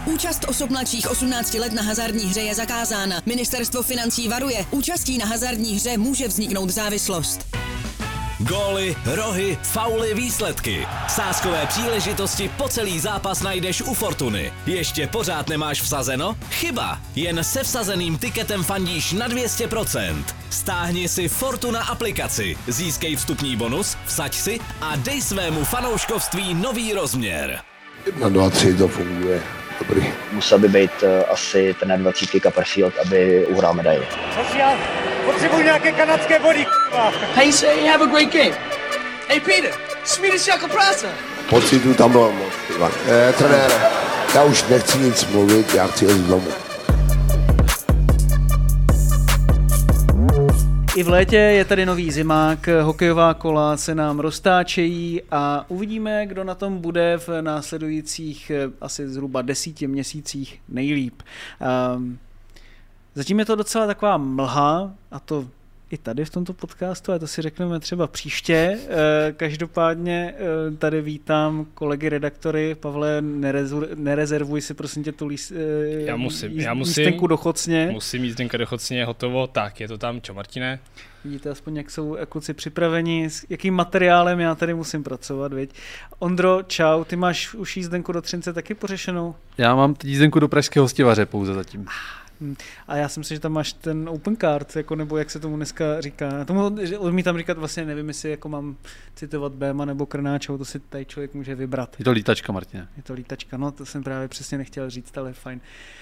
Účast osob mladších 18 let na hazardní hře je zakázána. Ministerstvo financí varuje, účastí na hazardní hře může vzniknout závislost. Góly, rohy, fauly, výsledky. Sázkové příležitosti po celý zápas najdeš u Fortuny. Ještě pořád nemáš vsazeno? Chyba! Jen se vsazeným tiketem fandíš na 200%. Stáhni si Fortuna aplikaci, získej vstupní bonus, vsaď si a dej svému fanouškovství nový rozměr. 1, 2, 3 to funguje. Dobrý. Musel by být asi ten 20 Copperfield, aby uhrál medaili. Potřebuji nějaké kanadské body, Hey, say have a great game. Hey, Peter, Swedish jako práce. Pocitu tam bylo moc. Trenére, já už nechci nic mluvit, já chci jít domů. I v létě je tady nový zimák, hokejová kola se nám roztáčejí a uvidíme, kdo na tom bude v následujících asi zhruba 10 měsících nejlíp. Zatím je to docela taková mlha, a to i tady v tomto podcastu, a to si řekneme třeba příště. Každopádně tady vítám kolegy redaktory. Pavle, nerezervuj si prosím tě tu jízdenku do Chocně. Musím jízdenka do Chocně, hotovo. Tak, je to tam. Čau Martine. Vidíte aspoň, jak jsou kluci připraveni, s jakým materiálem já tady musím pracovat, viď? Ondro, čau, ty máš už jízdenku do Třince taky pořešenou? Já mám jízdenku do pražského Hostivaře pouze zatím. A já si myslím, že tam máš ten open card, jako, nebo jak se tomu dneska říká. Tomu odmítám říkat, vlastně nevím, jestli jako mám citovat Béma nebo Krnáčov, to si tady člověk může vybrat. Je to lítačka, Martine. Je to lítačka, no to jsem právě přesně nechtěl říct, ale fajn.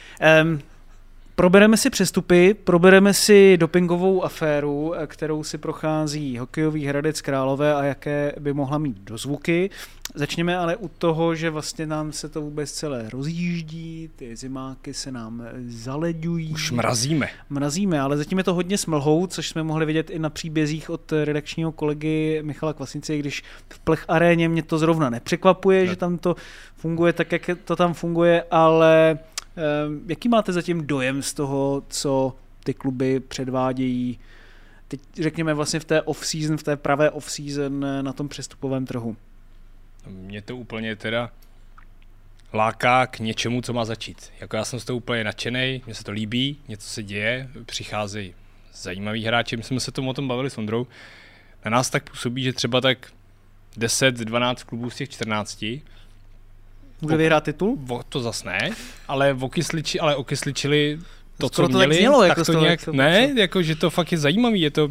Probereme si přestupy, probereme si dopingovou aféru, kterou si prochází hokejový Hradec Králové a jaké by mohla mít dozvuky. Začněme ale u toho, že vlastně nám se to vůbec celé rozjíždí, ty zimáky se nám zaleďují. Už mrazíme, ale zatím je to hodně s mlhou, což jsme mohli vidět i na příbězích od redakčního kolegy Michala Kvasnice, když v Plech aréně mě to zrovna nepřekvapuje, že tam to funguje tak, jak to tam funguje, ale jaký máte zatím dojem z toho, co ty kluby předvádějí teď, řekněme vlastně v té off-season, v té pravé off-season na tom přestupovém trhu? Mě to úplně teda láká k něčemu, co má začít. Jako já jsem z toho úplně nadšenej, mně se to líbí, něco se děje, přicházejí zajímaví hráči, my jsme se o tom bavili s Ondrou. Na nás tak působí, že třeba tak 10-12 klubů z těch 14 může vyhrát titul? To zas ne, ale okysličili to, co to měli, znělo, tak jako to nějak, ne, jako, že to fakt je zajímavý, je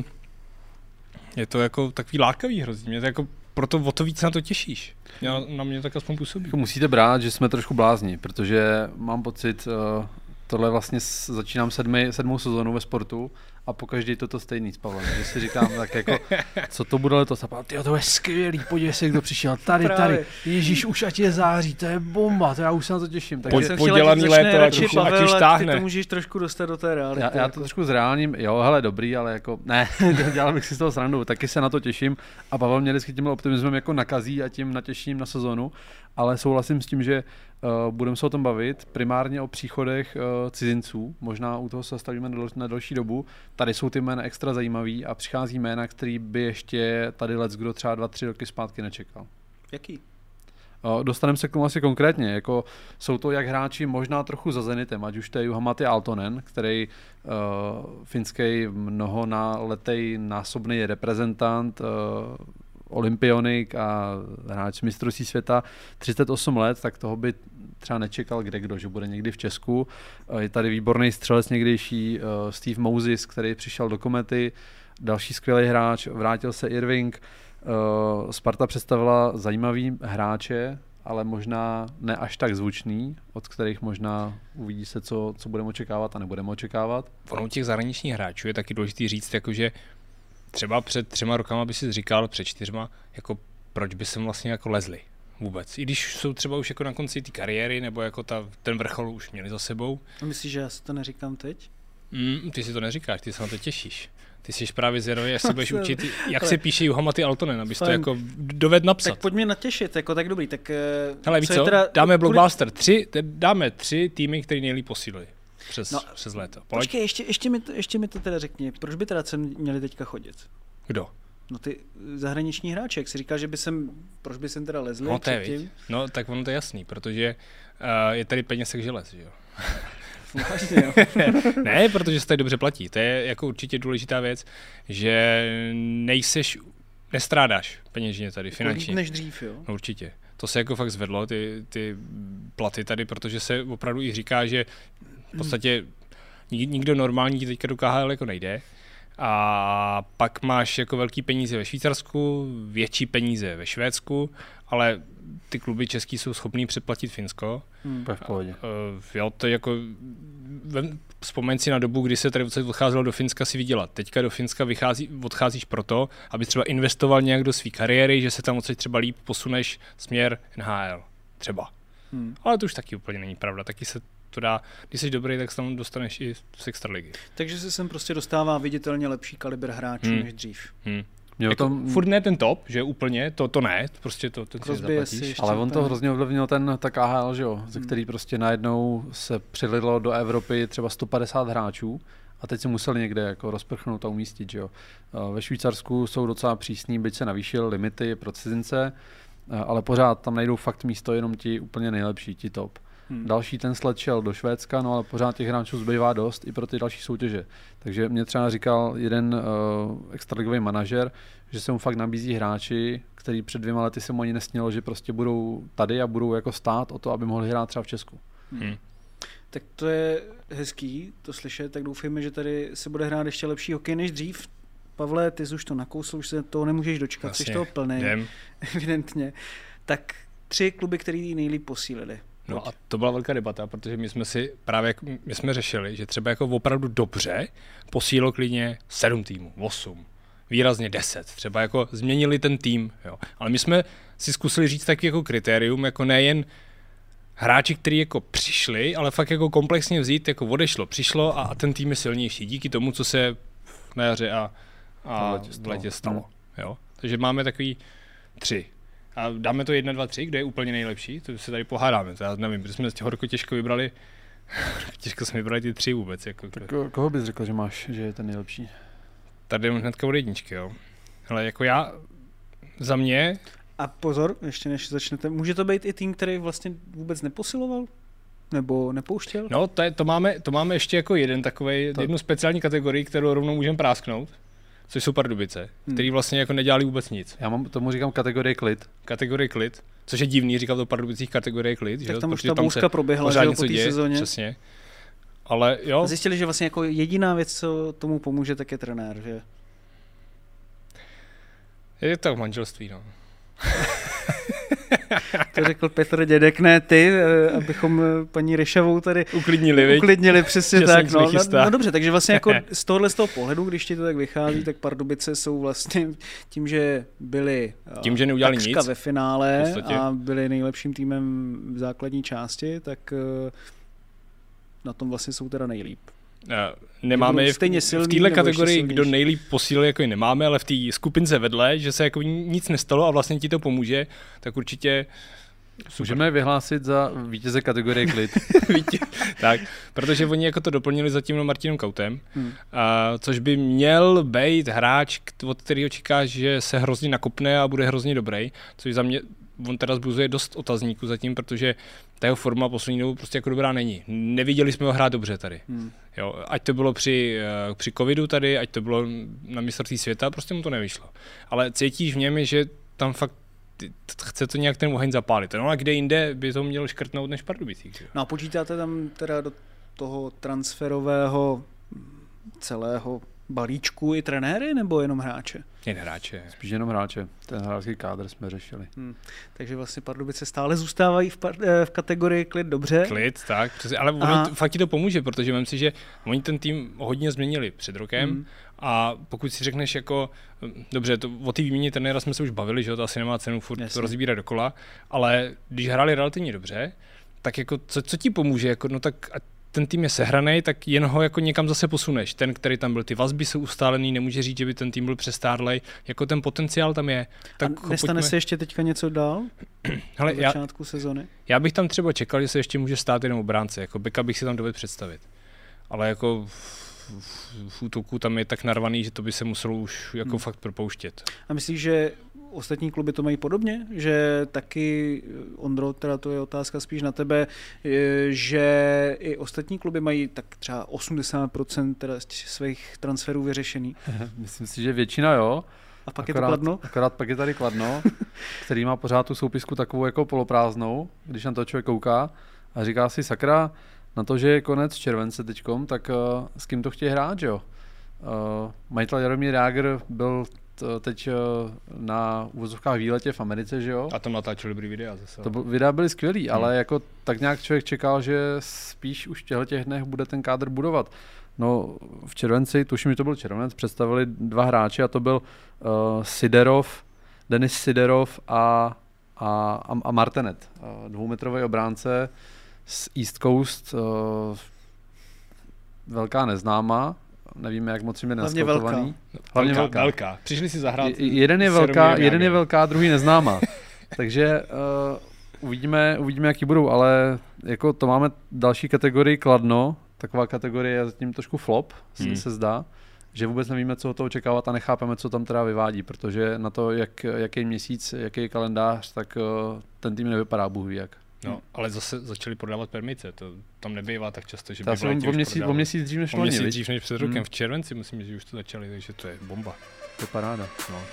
to jako takový lákavý hrozně, mě to jako, proto o to víc na to těšíš, na mě tak aspoň působí. Jako musíte brát, že jsme trošku blázni, protože mám pocit, tohle vlastně začínám 7. sezonu ve sportu a pokaždé to stejný s Pavlem, že si říkám tak jako, co to bude letos, a tyjo, to je skvělý, podívej se, kdo přišel, tady, ježíš, už ať je září, to je bomba, to já už se na to těším. Podělaný léto, ať už táhne. Ty to můžeš trošku dostat do té reality. Já to trošku zreálním, jo, hele, dobrý, ale jako, ne, dělal bych si z toho srandu, taky se na to těším a Pavel mě vždycky tímhle optimismem jako nakazí a tím natěším na sezonu, ale souhlasím s tím, že budeme se o tom bavit, primárně o příchodech cizinců, možná u toho se zastavíme na další dobu. Tady jsou ty jména extra zajímavý a přichází jména, který by ještě tady kdo třeba 2-3 roky zpátky nečekal. Jaký? Dostaneme se k tomu asi konkrétně, jako jsou to jak hráči možná trochu za Zenitem, ať už to je Juha-Matti Aaltonen, který finský mnoholetý násobný reprezentant, olympionik a hráč mistrovství světa, 38 let, tak toho by třeba nečekal kdekdo, že bude někdy v Česku. Je tady výborný střelec někdejší Steve Moses, který přišel do Komety, další skvělý hráč, vrátil se Irving. Sparta představila zajímavý hráče, ale možná ne až tak zvučný, od kterých možná uvidí se, co budeme očekávat a nebudeme očekávat. Ono těch zahraničních hráčů je taky důležitý říct, jakože třeba před 3 rokama by si říkal, před 4, jako proč by sem vlastně jako lezli vůbec. I když jsou třeba už jako na konci té kariéry, nebo jako ten vrchol už měli za sebou. Myslíš, že já si to neříkám teď? Ty si to neříkáš, ty se na to těšíš. Ty jsi právě zvědavý, až se budeš učit, jak se píše Juha-Matti Aaltonen, abys to jako dovedl napsat. Tak pojď mě natěšit, jako tak dobrý. Tak, hele, víš co? Teda, dáme blockbuster. Dáme 3 týmy, který nejlíp posílili přes léto. Počkej, ještě mi to teda řekni, proč by teda sem měli teďka chodit? Kdo? No ty zahraniční hráči, jak jsi říkal, že proč by sem teda lezli předtím? No tak ono to je jasný, protože je tady peněz jak želez, že jo. Vážně, jo. Ne, protože se tady dobře platí. To je jako určitě důležitá věc, že nestrádáš peněžně tady finančně. Líp než dřív, jo? No určitě. To se jako fakt zvedlo, ty platy tady, protože se opravdu i říká, že v podstatě nikdo normální teďka do KHL jako nejde. A pak máš jako velký peníze ve Švýcarsku, větší peníze ve Švédsku, ale ty kluby český jsou schopný předplatit Finsko. V pohodě. Jo, to je jako, vzpomeň si na dobu, kdy se tady odcházelo do Finska si vydělat. Teďka do Finska odcházíš proto, aby třeba investoval nějak do své kariéry, že se tam odsaď třeba líp posuneš směr NHL. Třeba. Ale to už taky úplně není pravda. Taky se to dá, když jsi dobrý, tak se tam dostaneš i z extraligy. Takže se sem prostě dostává viditelně lepší kalibr hráčů než dřív. Jako, furt ne ten top, že úplně, to ne, prostě to si zaplatíš. Ale on to hrozně ovlivnil ta KHL, že jo, ze který prostě najednou se přilidlo do Evropy třeba 150 hráčů a teď se museli někde jako rozprchnout a umístit, že jo. Ve Švýcarsku jsou docela přísní, byť se navýšil limity pro cizince, ale pořád tam najdou fakt místo jenom ti úplně nejlepší, ti top. Další ten sled šel do Švédska, no ale pořád těch hráčů zbývá dost i pro ty další soutěže. Takže mě třeba říkal jeden extraligový manažer, že se mu fakt nabízí hráči, který před 2 lety se mu ani nesnilo, že prostě budou tady a budou jako stát o to, aby mohli hrát třeba v Česku. Tak to je hezký to slyšet, tak doufejme, že tady se bude hrát ještě lepší hokej než dřív. Pavle, ty jsi už to nakousl, už se toho nemůžeš dočkat, jsi toho plnej, evidentně. Tak 3 kluby, který nejlíp posílili. No a to byla velká debata, protože my jsme řešili, že třeba jako opravdu dobře posílilo klidně 7 týmů, 8, výrazně 10, třeba jako změnili ten tým, jo. Ale my jsme si zkusili říct taky jako kritérium, jako nejen hráči, kteří jako přišli, ale fakt jako komplexně vzít, jako odešlo, přišlo a ten tým je silnější díky tomu, co se na jaře a v létě stalo. Jo. Takže máme takový 3. A dáme to 1, 2, 3, kde je úplně nejlepší, to se tady pohádáme, to já nevím, protože jsme z toho těžko vybrali, těžko jsme vybrali ty 3 vůbec. Jako tak koho bys řekl, že je ten nejlepší? Tady jdeme hnedka od 1, jo. Hele, jako za mě... A pozor, ještě než začnete, může to být i tým, který vlastně vůbec neposiloval? Nebo nepouštěl? No, to máme ještě jako jednu speciální kategorii, kterou rovnou můžeme prásknout. Což jsou Pardubice, který vlastně jako nedělali vůbec nic. Já tomu říkám kategorie klid. Kategorie klid, což je divný, říkal to Pardubicích kategorie klid. Tak tam už ta bouřka proběhla, že po té sezóně. Přesně. Ale jo. A zjistili, že vlastně jako jediná věc, co tomu pomůže, tak je trenér, že? Je to manželství, no. To řekl Petr Dědek, ne ty, abychom paní Ryšavou tady uklidnili přesně tak. No dobře, takže vlastně jako z toho pohledu, když ti to tak vychází, tak Pardubice jsou vlastně tím, že byli že neudělali nic ve finále a byli nejlepším týmem v základní části, tak na tom vlastně jsou teda nejlíp. Nemáme v téhle kategorii, kdo nejlíp posílil, jako ji nemáme, ale v té skupince vedle, že se jako nic nestalo a vlastně ti to pomůže, tak určitě super. Můžeme vyhlásit za vítěze kategorie klid. Tak, protože oni jako to doplnili za tímhle Martinem Kautem, což by měl být hráč, od kterého čekáš, že se hrozně nakopne a bude hrozně dobrý, což za mě on teda zbuzuje dost otazníků zatím, protože ta jeho forma poslední dobou prostě jako dobrá není. Neviděli jsme ho hrát dobře tady. Jo, ať to bylo při covidu tady, ať to bylo na mistrovství světa, prostě mu to nevyšlo. Ale cítíš v něm, že tam fakt chce to nějak ten oheň zapálit. No a kde jinde by to mělo škrtnout než Pardubicích. No a počítáte tam teda do toho transferového celého balíčku i trenéry, nebo jenom hráče? Jen hráče. Spíš jenom hráče. Ten hráčský kádr jsme řešili. Takže vlastně Pardubice stále zůstávají v kategorii klid dobře. Klid, tak. Přesně, ale fakt ti to pomůže, protože myslím si, že oni ten tým hodně změnili před rokem a pokud si řekneš jako, dobře, o té výměně trenéra jsme se už bavili, že to asi nemá cenu furt to rozbírat dokola, ale když hráli relativně dobře, tak jako co ti pomůže, jako, no tak ten tým je sehraný, tak jen ho jako někam zase posuneš. Ten, který tam byl, ty vazby jsou ustálený, nemůže říct, že by ten tým byl přestárlej, jako ten potenciál tam je. Tak a nestane se ještě teďka něco dál? Hele, na začátku sezony? Já bych tam třeba čekal, že se ještě může stát jenom obránce, jako beka bych si tam dovedl představit. Ale jako v útoku tam je tak narvaný, že to by se muselo už jako fakt propouštět. A myslíš, že ostatní kluby to mají podobně? Že taky, Ondro, teda to je otázka spíš na tebe, že i ostatní kluby mají tak třeba 80% teda svých transferů vyřešený? Myslím si, že většina jo. A pak je to Kladno? Akorát pak je tady Kladno, který má pořád tu soupisku takovou jako poloprázdnou, když na to člověk kouká a říká si sakra, na to, že je konec července teďkom, tak s kým to chtějí hrát, že jo? Majitel Jaromír Jágr byl teď na uvozovkách výletě v Americe, že jo? A tam natáčeli dobrý videa zase. Videa byly skvělý, ale jako tak nějak člověk čekal, že spíš už v těchto dnech bude ten kádr budovat. No v červenci, tuším, že to byl červenec, představili 2 hráči a to byl Denis Siderov a Martinet. 2metrový obránce z East Coast, velká neznámá, nevíme, jak moc jim je naskoutovaný. Hlavně velká. Přišli si zahrát. Jeden je velká, druhý neznámá. Takže uvidíme, jaký budou, ale jako to máme další kategorii Kladno, taková kategorie je zatím trošku flop, se zdá, že vůbec nevíme, co od toho očekávat a nechápeme, co tam teda vyvádí, protože na to, jaký měsíc, jaký kalendář, tak ten tým nevypadá bůh ví jak. No, ale zase začali prodávat permice, to tam nebývá tak často, že by o měsíc dřív než loni, dřív než před rokem, v červenci myslím, že už to začali, takže to je bomba. To je paráda.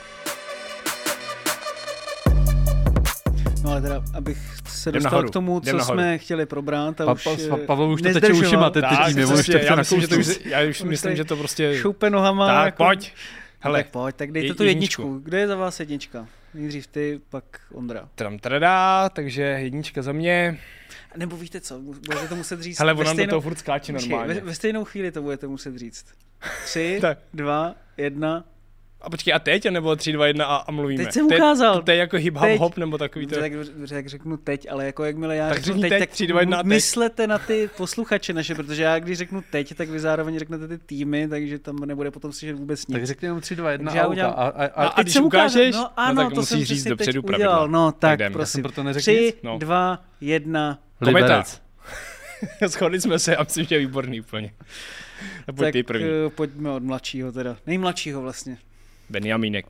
No ale teda, abych se dostal k tomu, co jsme chtěli probrat a Pavel už to teče ušima, já už myslím, že to prostě... Šoupe nohama. Tak pojď. Hele, tak pojď, tak dejte tu jedničku. Kdo je za vás jednička? Nejdřív ty, pak Ondra. Takže jednička za mě. Nebo víte co, budete to muset říct. Hele, ona do toho furt skáče normálně. Ve stejnou chvíli to budete muset říct. 3, 2, 1... A počkej, a teď, nebo 3, 2, 1 a mluvíme? Teď jsem ukázal. To je jako hip-hop, nebo takový to... Tak řeknu teď, ale jako jakmile já tak řeknu teď, tak 3, 2, 1 myslete na ty posluchače naše, protože já když řeknu teď, tak vy zároveň řeknete ty týmy, takže tam nebude potom slyšet vůbec nic. Tak řekni jenom 3, 2, 1 a když ukážeš, no ano, tak to musíš říct dopředu pravidla. No tak, prosím. 3, 2, 1... Liberec. Shodli jsme se a myslím, že je výborný úplně. Tak pojďme od mladšího teda. Nejmladšího vlastně. Benjamínek.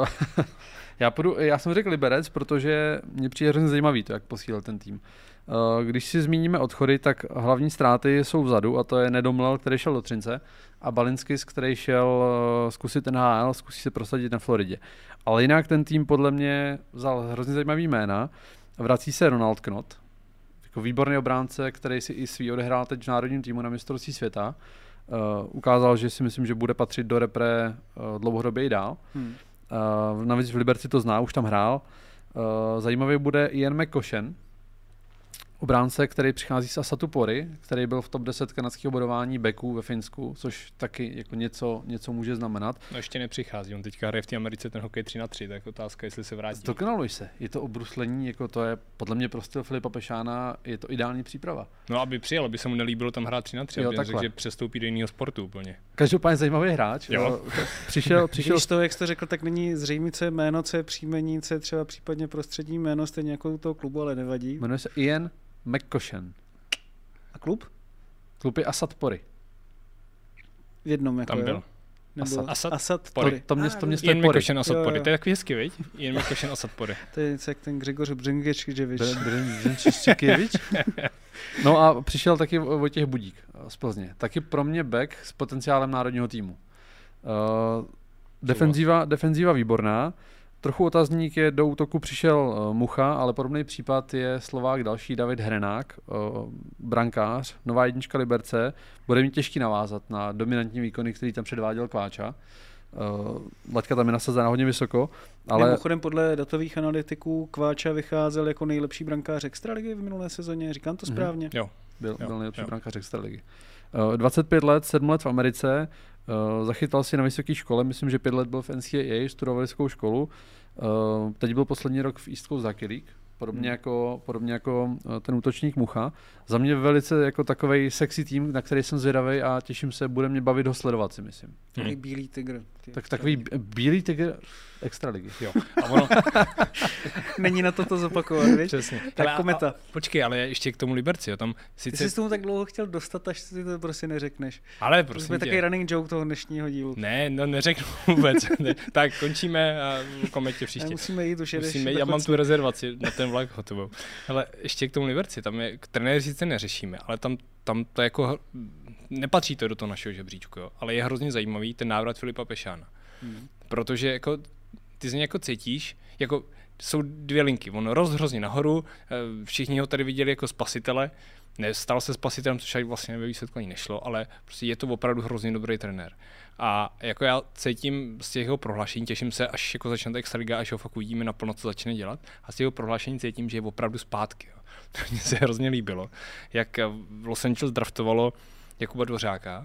Já jsem řekl Liberec, protože mě přijde hrozně zajímavý to, jak posílil ten tým. Když si zmíníme odchody, tak hlavní ztráty jsou vzadu a to je Nedomlel, který šel do Třince a Balinskis, který šel zkusit NHL, zkusí se prosadit na Floridě. Ale jinak ten tým podle mě vzal hrozně zajímavý jména. Vrací se Ronald Knott, jako výborný obránce, který si i svý odehrál teď v národním týmu na mistrovství světa. Ukázal, že si myslím, že bude patřit do repre dlouhodobě i dál. Navíc v Liberci to zná, už tam hrál. Zajímavý bude Ian McCoshen, obránce, který přichází z Asatu Pori, který byl v top 10 kanadského bodování backů ve Finsku, což taky jako něco může znamenat. No ještě nepřichází, on teďka hraje v té Americe ten hokej 3-3, tak otázka, jestli se vrátí. Dokonaluj se, je to obruslení, jako to je podle mě pro styl Filipa Pešána, je to ideální příprava. No aby přijel, aby se mu nelíbilo tam hrát 3-3, aby řekl, že přestoupí do jiného sportu úplně. Každopádně zajímavý hráč. Jo. Přišel z toho, jak jsi to řekl, tak není zřejmě, co je jméno, co je příjmení, co je třeba případně prostřední jméno, stejně jako u toho klubu, ale nevadí. Jmenuje se Ian McCoshen. A klub? Klub je Asat Pori. V jednom jako tam byl. Asat Pori. To město Ian McCoshen Asat Pori. To je takový hezky, viď? Ian McCoshen Asat Pori. To je jak ten Grzegorz Břengičkiewicz. No a přišel taky Vojtěch Budík z Plzně. Taky pro mě back s potenciálem národního týmu. Defenzíva výborná. Trochu otazník je, do útoku přišel Mucha, ale podobný případ je Slovák další David Hrenák, brankář, nová jednička Liberce. Bude mi těžký navázat na dominantní výkony, který tam předváděl Kváča. Laťka tam je nasazena hodně vysoko. Ale... Mimochodem podle datových analytiků Kváča vycházel jako nejlepší brankář extraligy v minulé sezóně, říkám to správně? Jo. Byl nejlepší brankář extraligy. 25 let, 7 let v Americe, zachytal si na vysoké škole, myslím, že 5 let byl v NCAA, studoval vysokou školu, teď byl poslední rok v East Coast Hockey League, podobně jako ten útočník Mucha. Za mě velice jako takovej sexy tým, na který jsem zvědavý a těším se, bude mě bavit ho sledovat, si myslím. Takový bílý tygr. Takový bílý tygr, extraligy. Jo. A ono... Není na to zopakovat, víš? Přesně. Tak Kometa. Počkej, ale ještě k tomu Liberci, jo, tam sice... Ty jsi s tomu tak dlouho chtěl dostat, až si to prostě neřekneš. Ale To prosím je tě. takový running joke toho dnešního dílu. Ne, no neřeknu vůbec. Ne. Tak končíme a v Kometě příště. Musíme jít už jedeš. Já mám tu rezervaci na ten vlak hotovou. Ale ještě k tomu Liberci, tam je, trenéry sice neřešíme, ale tam to jako, nepatří to do toho našeho žebříčku, jo, ale je hrozně zajímavý ten návrat Filipa Pešána. Protože jako, ty z něj jako cítíš, jako jsou dvě linky, on rost hrozně nahoru, všichni ho tady viděli jako spasitele, nestal se spasitelem, což vlastně ve výsledku ani nešlo, ale prostě je to opravdu hrozně dobrý trenér. A jako já cítím z těch jeho prohlášení, těším se, až jako začne ta extraliga, až ho fakt uvidíme naplno, co začne dělat. A z těch jeho prohlášení cítím, že je opravdu zpátky. Jo. To mně se hrozně líbilo, jak Los Angeles draftovalo Jakuba Dvořáka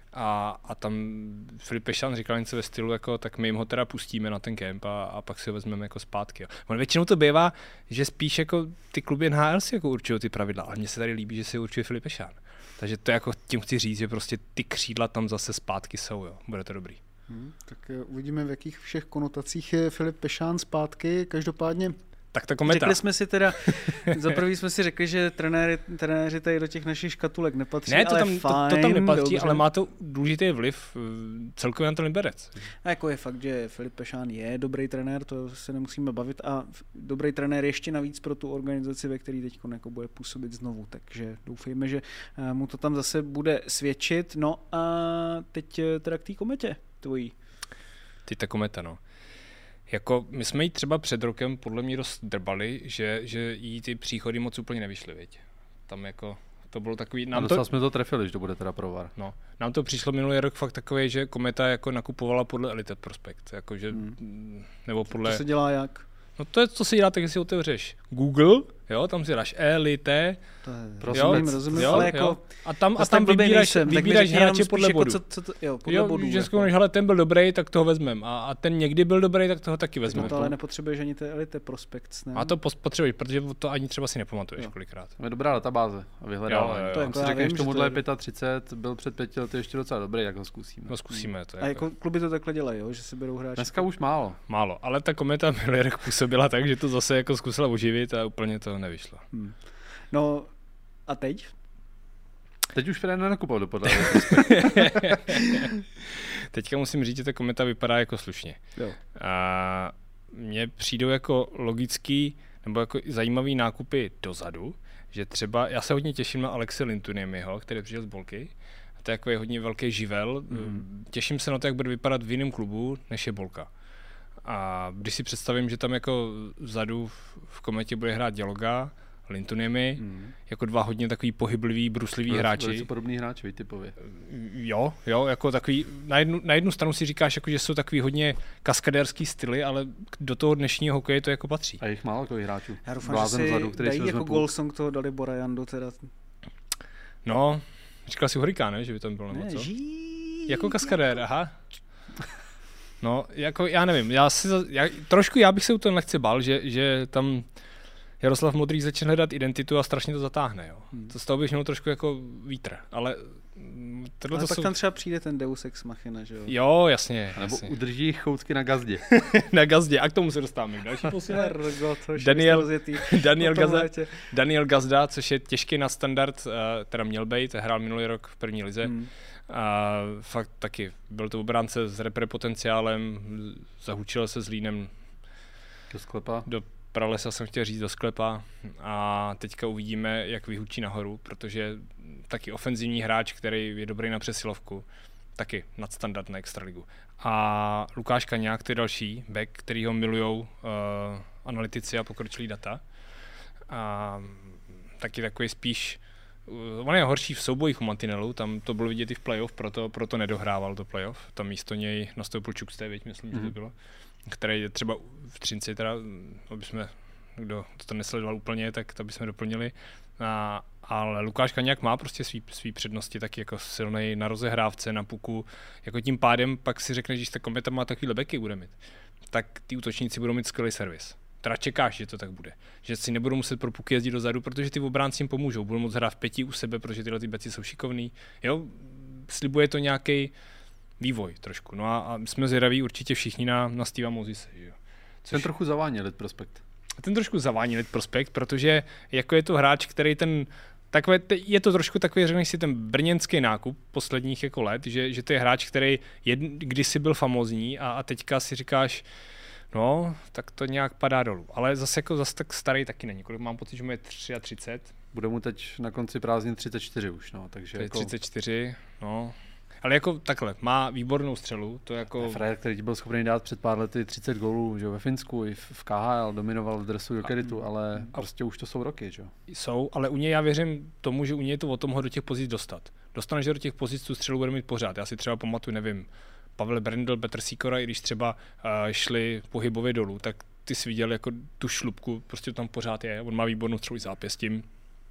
a tam Filip Pešán říkal něco ve stylu, jako, tak my jim ho teda pustíme na ten kemp a pak si ho vezmeme jako zpátky. Jo. On většinou to bývá, že spíš jako ty kluby NHL si jako určují ty pravidla, ale mně se tady líbí, že si určuje Filip Pešán. Takže to jako tím chci říct, že prostě ty křídla tam zase zpátky jsou, jo. Bude to dobrý. Tak uvidíme, v jakých všech konotacích je Filip Pešán zpátky. Každopádně tak ta Kometa. Řekli jsme si teda, za prvý jsme si řekli, že trenéři tady do těch našich škatulek nepatří, ne, to ale tam, fajn, to tam nepatří, dobře. ale má to důležitý vliv celkově na ten Liberec. A jako je fakt, že Filip Pešán je dobrý trenér, to se nemusíme bavit a dobrý trenér ještě navíc pro tu organizaci, ve které teď jako bude působit znovu, takže doufejme, že mu to tam zase bude svědčit. No a teď teda k té Kometě tvojí. Ty ta Kometa, no. Jako my jsme jí třeba před rokem podle mě dost drbali, že jí ty příchody moc úplně nevyšly, viď. Tam jako to bylo takový... A docela jsme to trefili, že to bude teda provar. No, nám to přišlo minulý rok fakt takový, že Kometa jako nakupovala podle Elite Prospect, jakože, nebo podle... To se dělá jak? No to je, co si dělá, tak si otevřeš Google, jo, tam si dáš Elite, rozumím, ale jako... A tam vybíráš hráče podle bodu. Podle bodů. Že řekneš, hele, ten byl dobrý, tak toho vezmem. A ten někdy byl dobrý, tak toho taky vezmeme. To ale nepotřebuješ ani ty Elite Prospects, ne? A to potřebuješ, protože to ani třeba si nepamatuješ kolikrát. Je dobrá databáze a vyhledávání. To si řekneš, tomuhle je 35, byl před 5 lety ještě docela dobrý, jak ho zkusíme. No zkusíme to. A jako kluby to takhle dělají, jo, že si berou hráče. Dneska už málo. Málo, ale ta Kometa minulý rok působila tak, že to zase jako zkusila oživit a úplně to nevyšlo. No a teď? Teď už Fred nenakupoval do podle. Teďka musím říct, že ta Kometa vypadá jako slušně. Jo. A mně přijdou jako logický nebo jako zajímavý nákupy dozadu, že třeba, já se hodně těším na Alexe Lintuniemiho, který přišel z Bolky. A to je jako hodně velký živel. Těším se na to, jak bude vypadat v jiném klubu, než je Bolka. A když si představím, že tam jako vzadu v Kometě bude hrát Děloga, Lintuniemi, jako dva hodně takový pohyblivý, bruslivý hráči. Velice podobný hráči, typově. Jo, jako takový, na jednu stranu si říkáš, jako, že jsou takový hodně kaskadérský styly, ale do toho dnešního hokeje to jako patří. A jich málo takových hráčů. Já doufám, že si dají jako goalsong toho Dalibora Jandu teda. No, říkal si Hurikán, ne? Že by tam bylo nebo co? Jako kaskadér, aha. No, jako já nevím, trošku já bych se u toho nechce bál, že tam Jaroslav Modrý začne hledat identitu a strašně to zatáhne, jo. To z toho bych měl trošku jako vítr, ale pak tam třeba přijde ten Deus Ex Machina, že jo? Jo, jasně. Nebo udrží choutky na gazdě. Na gazdě, a k tomu se dostáváme k další posile. Daniel Gazda, což je těžký nadstandard, teda měl být, hrál minulý rok v první lize. A fakt taky, byl to obránce s repre potenciálem, zahučil se s Línem do sklepa. Do pralesa jsem chtěl říct, do sklepa, a teďka uvidíme, jak vyhučí nahoru, protože taky ofenzivní hráč, který je dobrý na přesilovku, taky nadstandard na extraligu. A Lukáš Kaňák, to je další back, který ho milujou analytici a pokročilý data. A taky takový spíš, on je horší v soubojích u mantinelu, tam to bylo vidět i v playoff, proto nedohrával to playoff. Tam místo něj nastoupil Čukste, myslím, že to bylo, který je třeba v Třinci, teda, aby jsme, kdo to nesledoval úplně, tak to bychom doplnili. Ale Lukáš Kaňák má prostě svý přednosti, taky jako silnej na rozehrávce, na puku. Jako tím pádem pak si řekneš, že ta Kometa má takový beky bude mít, tak ty útočníci budou mít skvělý servis. Teda čekáš, že to tak bude. Že si nebudou muset pro puky jezdit dozadu, protože ty obránci jim pomůžou. Budou moct hrát v 5 u sebe, protože tyhle ty beci jsou šikovný. Jo, slibuje to nějaký vývoj trošku. No a jsme zvědaví určitě všichni na Steva Mosese. Ten trochu zavání Elite Prospekt. Ten trošku zavání Elite Prospekt, protože jako je to hráč, který je to trošku takový, řekneš si, ten brněnský nákup posledních jako let, že to je hráč, který kdysi byl famózní a teďka si říkáš, no, tak to nějak padá dolů. Ale zase tak starý taky není. Mám pocit, že mu je 33. Bude mu teď na konci prázdnin 34 už, no, takže to je jako... 34, no. Ale jako takhle, má výbornou střelu, to jako... Frajer, který byl schopný dát před pár lety 30 gólů, že ve Finsku i v KHL, dominoval v dresu Jokeritu, ale prostě už to jsou roky, že jo. Jsou, ale u něj já věřím tomu, že u něj je to o tom ho do těch pozic dostat. Dostaneš do těch pozic, tu střelu bude mít pořád. Já si třeba pamatuju, nevím, Pavel Brendl, Petr Sýkora, i když třeba šli pohybově dolů, tak ty jsi viděl jako tu šlupku, prostě to tam pořád je. On má výbornou střelu i zápěstím.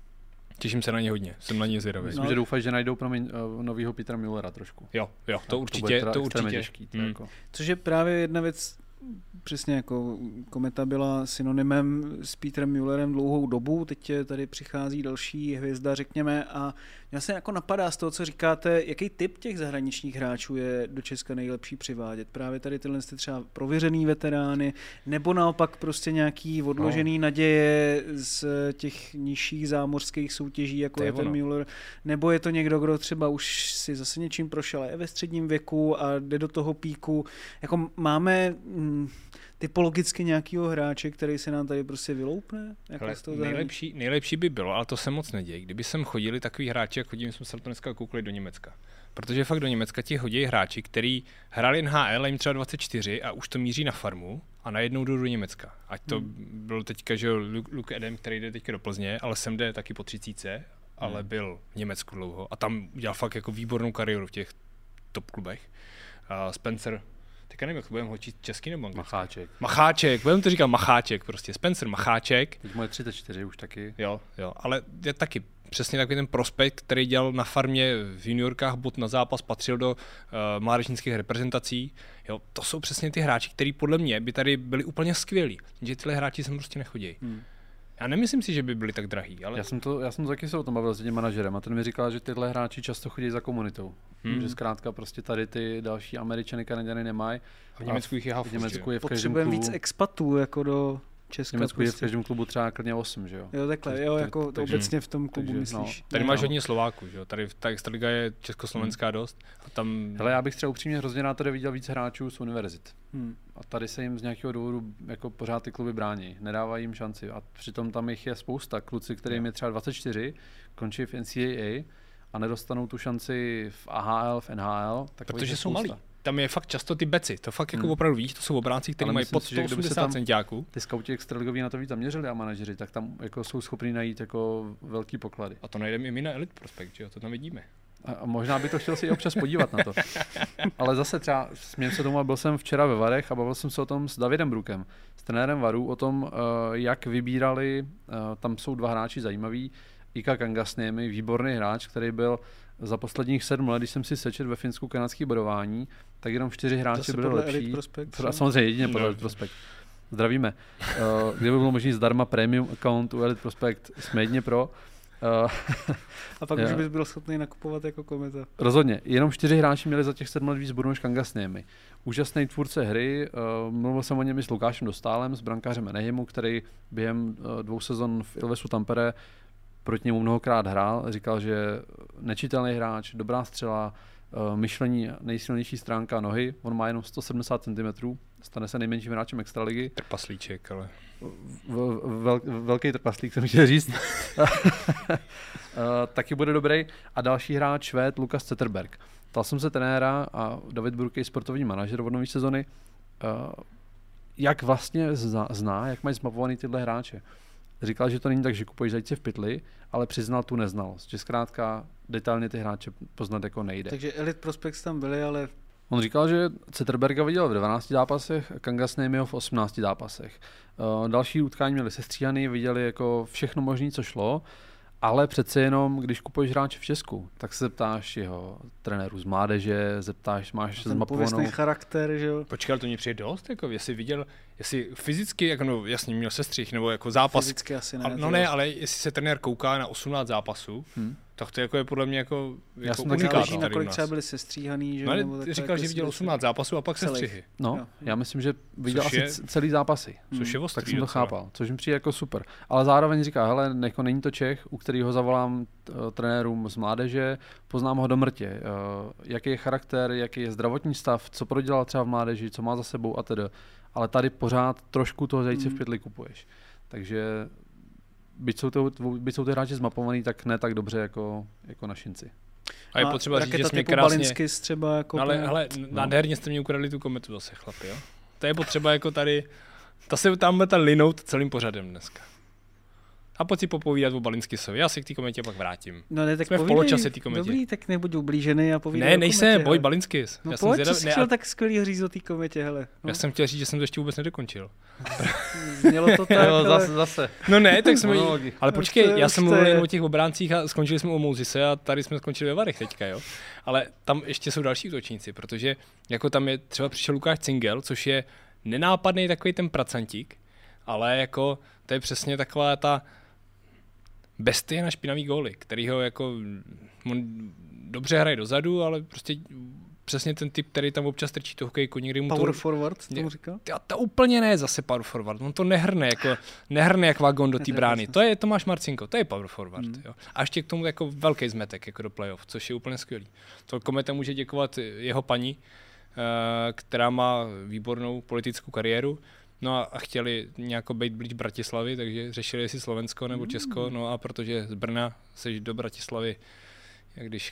Těším se na ně hodně, jsem na ně zvědavý. Myslím, že doufají, že najdou novýho Petra Müllera trošku. Jo, to určitě. To určitě. Těžký, jako. Což je právě jedna věc, přesně jako Kometa byla synonymem s Petrem Müllerem dlouhou dobu, teď tady přichází další hvězda, řekněme, a mě se jako napadá z toho, co říkáte, jaký typ těch zahraničních hráčů je do Česka nejlepší přivádět. Právě tady tyhle třeba prověřený veterány, nebo naopak prostě nějaký odložený naděje z těch nižších zámořských soutěží, jako je ten Müller, nebo je to někdo, kdo třeba už si zase něčím prošel, je ve středním věku a jde do toho píku. Jako máme typologicky nějakýho hráče, který se nám tady prostě vyloupne? Jako nejlepší by bylo, ale to se moc neděje. Kdyby sem chodili takový hráči, jak chodíme, jsme se to dneska koukli do Německa. Protože fakt do Německa ti hodí hráči, kteří hráli NHL, jim třeba 24 a už to míří na farmu a najednou jdou do Německa. Ať to byl teďka, že Luke Adam, který jde teďka do Plzně, ale sem jde taky po 30, ale byl v Německu dlouho a tam udělal fakt jako výbornou kariéru v těch top klubech. Spencer, teďka nevím, jak budeme hočit český nebo anglicky. Macháček, budeme to říkat Macháček prostě, Spencer Macháček. Teď moje 34 už taky. Jo, ale je taky přesně takový ten prospekt, který dělal na farmě v juniorkách, bod na zápas, patřil do mládežnických reprezentací. Jo, to jsou přesně ty hráči, kteří podle mě by tady byli úplně skvělí, že tyhle hráči sem prostě nechodí. Já nemyslím si, že by byli tak drahý, ale... Já jsem taky se o tom bavil s tím manažerem a ten mi říkal, že tyhle hráči často chodí za komunitou. Že zkrátka prostě tady ty další Američany, Kanaďany nemají. V Německu jich je v Německu je v každém klubu. Potřebujeme víc expatů jako do Česka. V Německu je v každém klubu třeba klidně 8, že jo? Jo, takhle, jo, jako to obecně v tom klubu myslíš. Tady máš hodně Slováků, že jo? Tady ta extraliga je československá dost. A tam... Hele, já bych třeba upřímně hrozně rád tady viděl víc hráčů z univerzit. A tady se jim z nějakého důvodu jako pořád ty kluby brání, nedávají jim šanci. A přitom tam jich je spousta. Kluci, kterým je třeba 24, končí v NCAA a nedostanou tu šanci v AHL, v NHL. Protože jsou malí. Tam je fakt často ty beci, to fakt jako opravdu víš, to jsou obránci, kteří mají pod 180 centiáků. Ty skauti extraligoví na to víc zaměřili a manažeři, tak tam jako jsou schopní najít jako velký poklady. A to najdeme i my na Elite Prospekt, že jo, to tam vidíme. A možná bych to chtěl si občas podívat na to. Ale zase třeba, smějem se tomu, byl jsem včera ve Varech a bavil jsem se o tom s Davidem Brukem, s trenérem Varů, o tom, jak vybírali, tam jsou dva hráči zajímaví, Ika Kangasniemi, výborný hráč, který byl za posledních 7 let, když jsem si sečet ve Finsku kanadský bodování, tak jenom 4 hráči byli lepší. Samozřejmě jedině podle Elite Prospekt. Zdravíme. Kdyby bylo možný zdarma premium account u Elite Prospekt, jsme jedině pro. A pak už bys byl schopný nakupovat jako Kometa. Rozhodně. Jenom 4 hráči měli za těch 7 let víc bodů než Kangasniemi. Úžasný tvůrce hry. Mluvil jsem o něm i s Lukášem Dostálem, s brankářem Enehimu, který během 2 sezon v Ilvesu Tampere proti němu mnohokrát hrál, říkal, že nečitelný hráč, dobrá střela, myšlení, nejsilnější stránka nohy, on má jenom 170 cm, stane se nejmenším hráčem extraligy. Trpaslíček, ale... Velký trpaslík, jsem chtěl říct. Taky bude dobrý. A další hráč Švéd, Lukas Zetterberg. Ptal jsem se trenéra a David Bruk je sportovní manažer od nové sezony, jak vlastně zná, jak mají zmapovaný tyhle hráče. Říkal, že to není tak, že kupuješ zajíce v pytli, ale přiznal tu neznalost, že zkrátka detailně ty hráče poznat jako nejde. Takže Elite Prospects tam byli, ale... On říkal, že Zetterberga viděl v 12 zápasech, Kangasniemiho v 18 zápasech. Další utkání měli sestříhaný, viděli jako všechno možné, co šlo, ale přece jenom, když kupuješ hráče v Česku, tak se zeptáš jeho trenéru z mládeže, zeptáš, máš zmapovanou... charakter, že jo? Počkej, to mi přijde dost, jako jestli viděl, jestli fyzicky, jako no, jasně měl sestřih, nebo jako zápas. Fyzicky asi ne. No ne, ale jestli se trenér kouká na 18 zápasů, Tak to jako je podle mě jako záleží, na kolik třeba byli sestříhaný. Že? No, ty říkal, že viděl 18 zápasů a pak sestřihy. No, já myslím, že viděl asi celý zápasy. Což je ostrý. Tak jsem to chápal, což mi přijde jako super. Ale zároveň říká, hele, není to Čech, u kterého zavolám trenérům z mládeže, poznám ho do mrtě. Jaký je charakter, jaký je zdravotní stav, co prodělal třeba v mládeži, co má za sebou a tedy. Ale tady pořád trošku toho zajíce v pytli kupuješ. Takže byť jsou ty hráči zmapovaný, tak ne tak dobře jako na Šinci. A je potřeba říct, že jsme krásně... třeba jako... No, ale hele, nádherně jste mě ukradli tu kometu zase, chlapi, jo? To je potřeba jako tady... Tam linout celým pořadem dneska. A pojď si popovídat o Balinskisovi. Já si k té kometě pak vrátím. No ne, tak jsme povídej, v poločase té kometě. Dobrý, tak nebuď ublížený a povídej. Ne, nejsem, boj Balinskis. No pojď, co jsi chtěl tak skvělýho říct o té kometě, hele. No. Já jsem chtěl říct, že jsem to ještě vůbec nedokončil. Mělo to tak, ale... zase. No ne, tak jsme... Ale počkej, já jsem mluvil jen o těch obráncích a skončili jsme u Mouzise a tady jsme skončili ve Varech teďka, jo. Ale tam ještě jsou další útočníci, protože jako tam je třeba přišel Lukáš Cingel, což je nenápadný takový ten pracantík, ale jako to je přesně taková ta bestie na špinavý góly, kterýho jako dobře hraje dozadu, ale prostě přesně ten typ, který tam občas trčí to hokejku, někdy mu power forward, tomu říkal? To úplně ne zase power forward, on to nehrne jak vagón do té brány, to je Tomáš Marcinko, to je power forward. Jo. A ještě k tomu jako velký zmetek jako do playoff, což je úplně skvělý. To Kometa může děkovat jeho paní, která má výbornou politickou kariéru. No a chtěli nějak být blíž Bratislavy, takže řešili jestli Slovensko nebo Česko, no a protože z Brna seš do Bratislavy, jak když...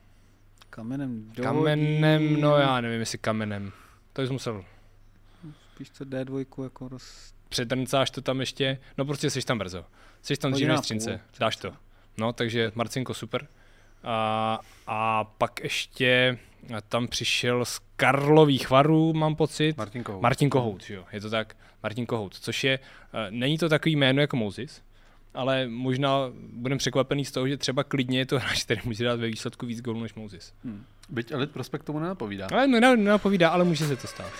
Kamenem, no já nevím, jestli kamenem. To jsi musel... Spíš to D2 jako Předrncáš to tam ještě, no prostě jsi tam brzo. Jsi tam dřív než Třince, dáš to. No, takže Marcinko super. A pak ještě tam přišel z Karlových Varů, mám pocit. Martin Kohout, jo, je to tak. Martin Kohout, což je, není to takový jméno jako Moses, ale možná budeme překvapený z toho, že třeba klidně je to hráč, který může dát ve výsledku víc gólů než Moses. Byť Elite Prospekt tomu nenapovídá. Ale nenapovídá, ale může se to stát.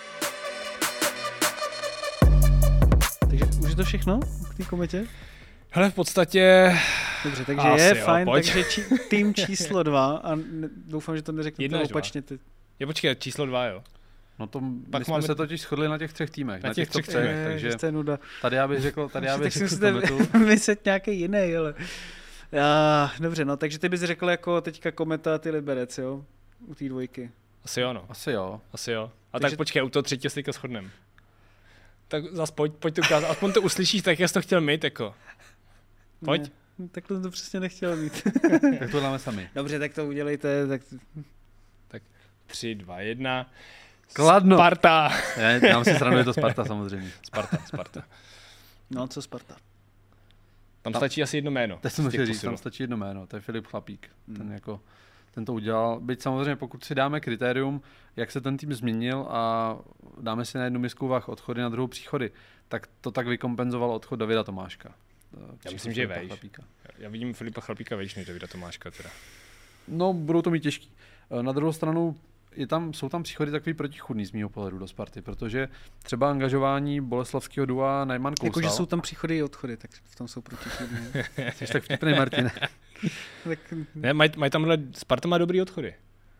Takže už je to všechno k té kometě? Hele, v podstatě... Dobře, takže je fajn, takže tým číslo 2 a doufám, že to neřeknete opačně. Je počkej, číslo 2, jo. No to my jsme se totiž shodli na těch 3 týmech, na těch 3 týmech, takže to je nuda. Tady já bych řekl kometu. Myslet nějaký jiný, ale... Dobře, no, takže ty bys řekl jako teďka Kometa a ty Liberec, jo? U té dvojky. Asi jo, no. Asi jo. A takže... tak počkej, u toho třetího se shodneme. Tak zas pojď to ukázat, aspoň to uslyšíš, tak jak jsi to chtěl mít, jako. Pojď. Ne, tak to přesně nechtěl mít. Tak to dáme sami. Dobře, tak to udělejte. Tak 3, 2, 1. Kladno. Sparta. Já si sranuje to Sparta samozřejmě. Sparta. No, co Sparta? Tam stačí asi jedno jméno. Teď jsem chtěl říct, tam stačí jedno jméno, to je Filip Chlapík. Ten to udělal. Byť samozřejmě, pokud si dáme kritérium, jak se ten tým změnil a dáme si na jednu misku vah odchody, na druhou příchody, tak to tak vykompenzoval odchod Davida Tomáška. Já myslím, že je vejš. Já vidím Filipa Chlapíka vejš než Davida Tomáška teda. No, budou to mít těžký. Na druhou stranu jsou tam příchody takový protichůdný z mýho pohledu do Sparty, protože třeba angažování boleslavského dua Najman Kousal. Jakože jsou tam příchody i odchody, tak v tom jsou protichůdný. Jsi tak vtipnej, Martine. Ne, mají tamhle, Sparta má dobrý odchody.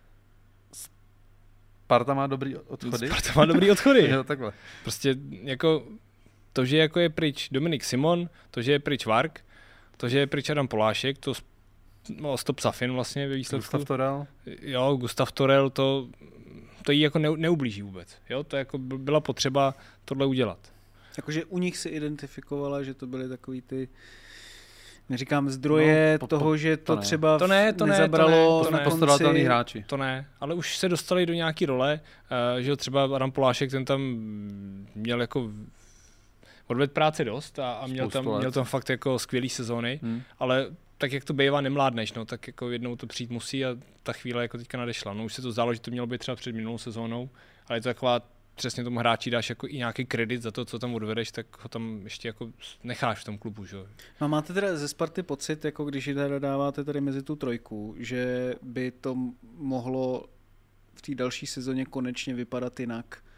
Sparta má dobrý odchody? Jo, takhle. Prostě jako to, že jako je pryč Dominik Simon, to, že je pryč Vark, to, že je pryč Adam Polášek, to Stop Safin vlastně ve výsledku. Gustav Torel. Jo, Gustav Torel, to jí jako neublíží vůbec. Jo, to jako byla potřeba tohle udělat. Jakože u nich si identifikovala, že to byly takový ty, neříkám zdroje toho, že to třeba nezabralo nepostradatelný hráči. To ne, ale už se dostali do nějaký role, že třeba Adam Polášek, ten tam měl jako odvedl práce dost a měl tam fakt jako skvělý sezóny, ale tak jak to bývá, nemládneš, no, tak jako jednou to přijít musí a ta chvíle jako teďka nadešla. No už se to zdálo, že to mělo být třeba před minulou sezónou, ale je to taková, přesně tomu hráči dáš jako i nějaký kredit za to, co tam odvedeš, tak ho tam ještě jako necháš v tom klubu, že jo. No máte teda ze Sparty pocit, jako když ji teda dáváte tady mezi tu trojku, že by to mohlo v té další sezóně konečně vypadat jinak?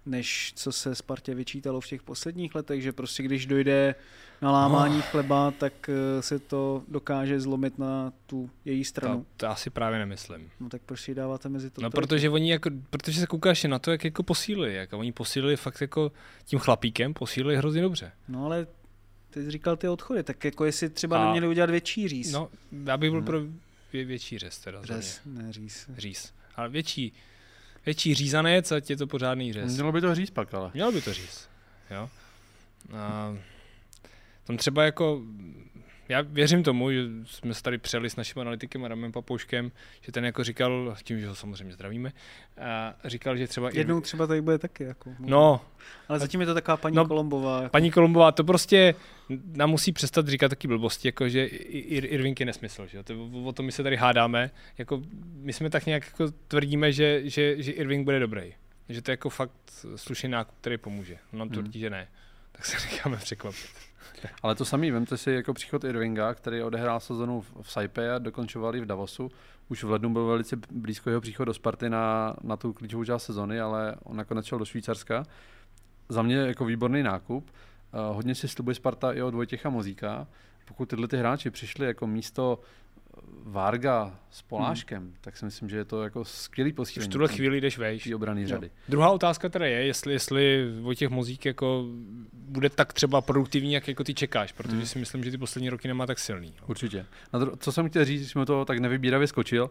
než co se Spartě vyčítalo v těch posledních letech, že prostě když dojde na lámání chleba, tak se to dokáže zlomit na tu její stranu. To asi právě nemyslím. No tak proč si dáváte mezi to? No protože se koukáš na to, jak jako posílili, jak oni posílili fakt jako tím chlapíkem, posílili hrozně dobře. No ale ty jsi říkal ty odchody, tak jako jestli třeba neměli udělat větší říz. No, já bych byl pro větší řez teda. Ne, říz. Říz. Ale větší řízanec, ať je to pořádný řez. Mělo by to říz pak, ale. Mělo by to říz, jo. A tam třeba jako, já věřím tomu, že jsme se tady přeli s naším analytikem Adamem Papouškem, že ten jako říkal, tím, že ho samozřejmě zdravíme, a říkal, že třeba... Jednou třeba tady bude taky, jako. No. Ale zatím je to taková paní Kolombová. Jako. Paní Kolombová, to prostě nám musí přestat říkat taky blbosti, jako že Irving je nesmysl, že o tom my se tady hádáme, jako my jsme tak nějak jako tvrdíme, že Irving bude dobrý, že to je jako fakt slušný nákup, který pomůže. Nám tvrdí, že ne, tak se necháme překvapit. Ale to samý, vemte si jako příchod Irvinga, který odehrál sezonu v Saipe a dokončovali v Davosu. Už v lednu byl velice blízko jeho příchod do Sparty na tu klíčovou část sezony, ale on nakonec šel do Švýcarska. Za mě jako výborný nákup. Hodně si slibuje Sparta i od Vojtěcha Mozíka. Pokud tyhle ty hráči přišli jako místo Varga s Poláškem, tak si myslím, že je to jako skvělý posílení. V tuhle chvíli jdeš vejš. Obranný řady. Druhá otázka teda je, jestli Vojtěch Mozík jako bude tak třeba produktivní, jak jako ty čekáš, protože si myslím, že ty poslední roky nemá tak silný. No. Určitě. Co jsem chtěl říct, jsme to tak nevybíravě skočil,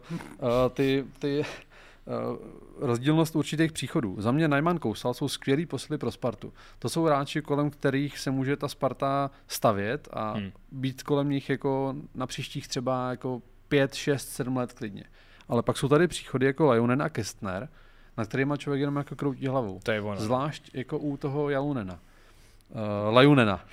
rozdílnost určitých příchodů. Za mě Najman Kousal jsou skvělý posily pro Spartu. To jsou hráči, kolem kterých se může ta Sparta stavět a být kolem nich jako na příštích třeba jako 5, 6, 7 let klidně. Ale pak jsou tady příchody jako Lajunen a Kestner, na kterýma člověk jenom jako kroutí hlavou. To je ono. Zvlášť jako u toho Jalunena. Lajunena.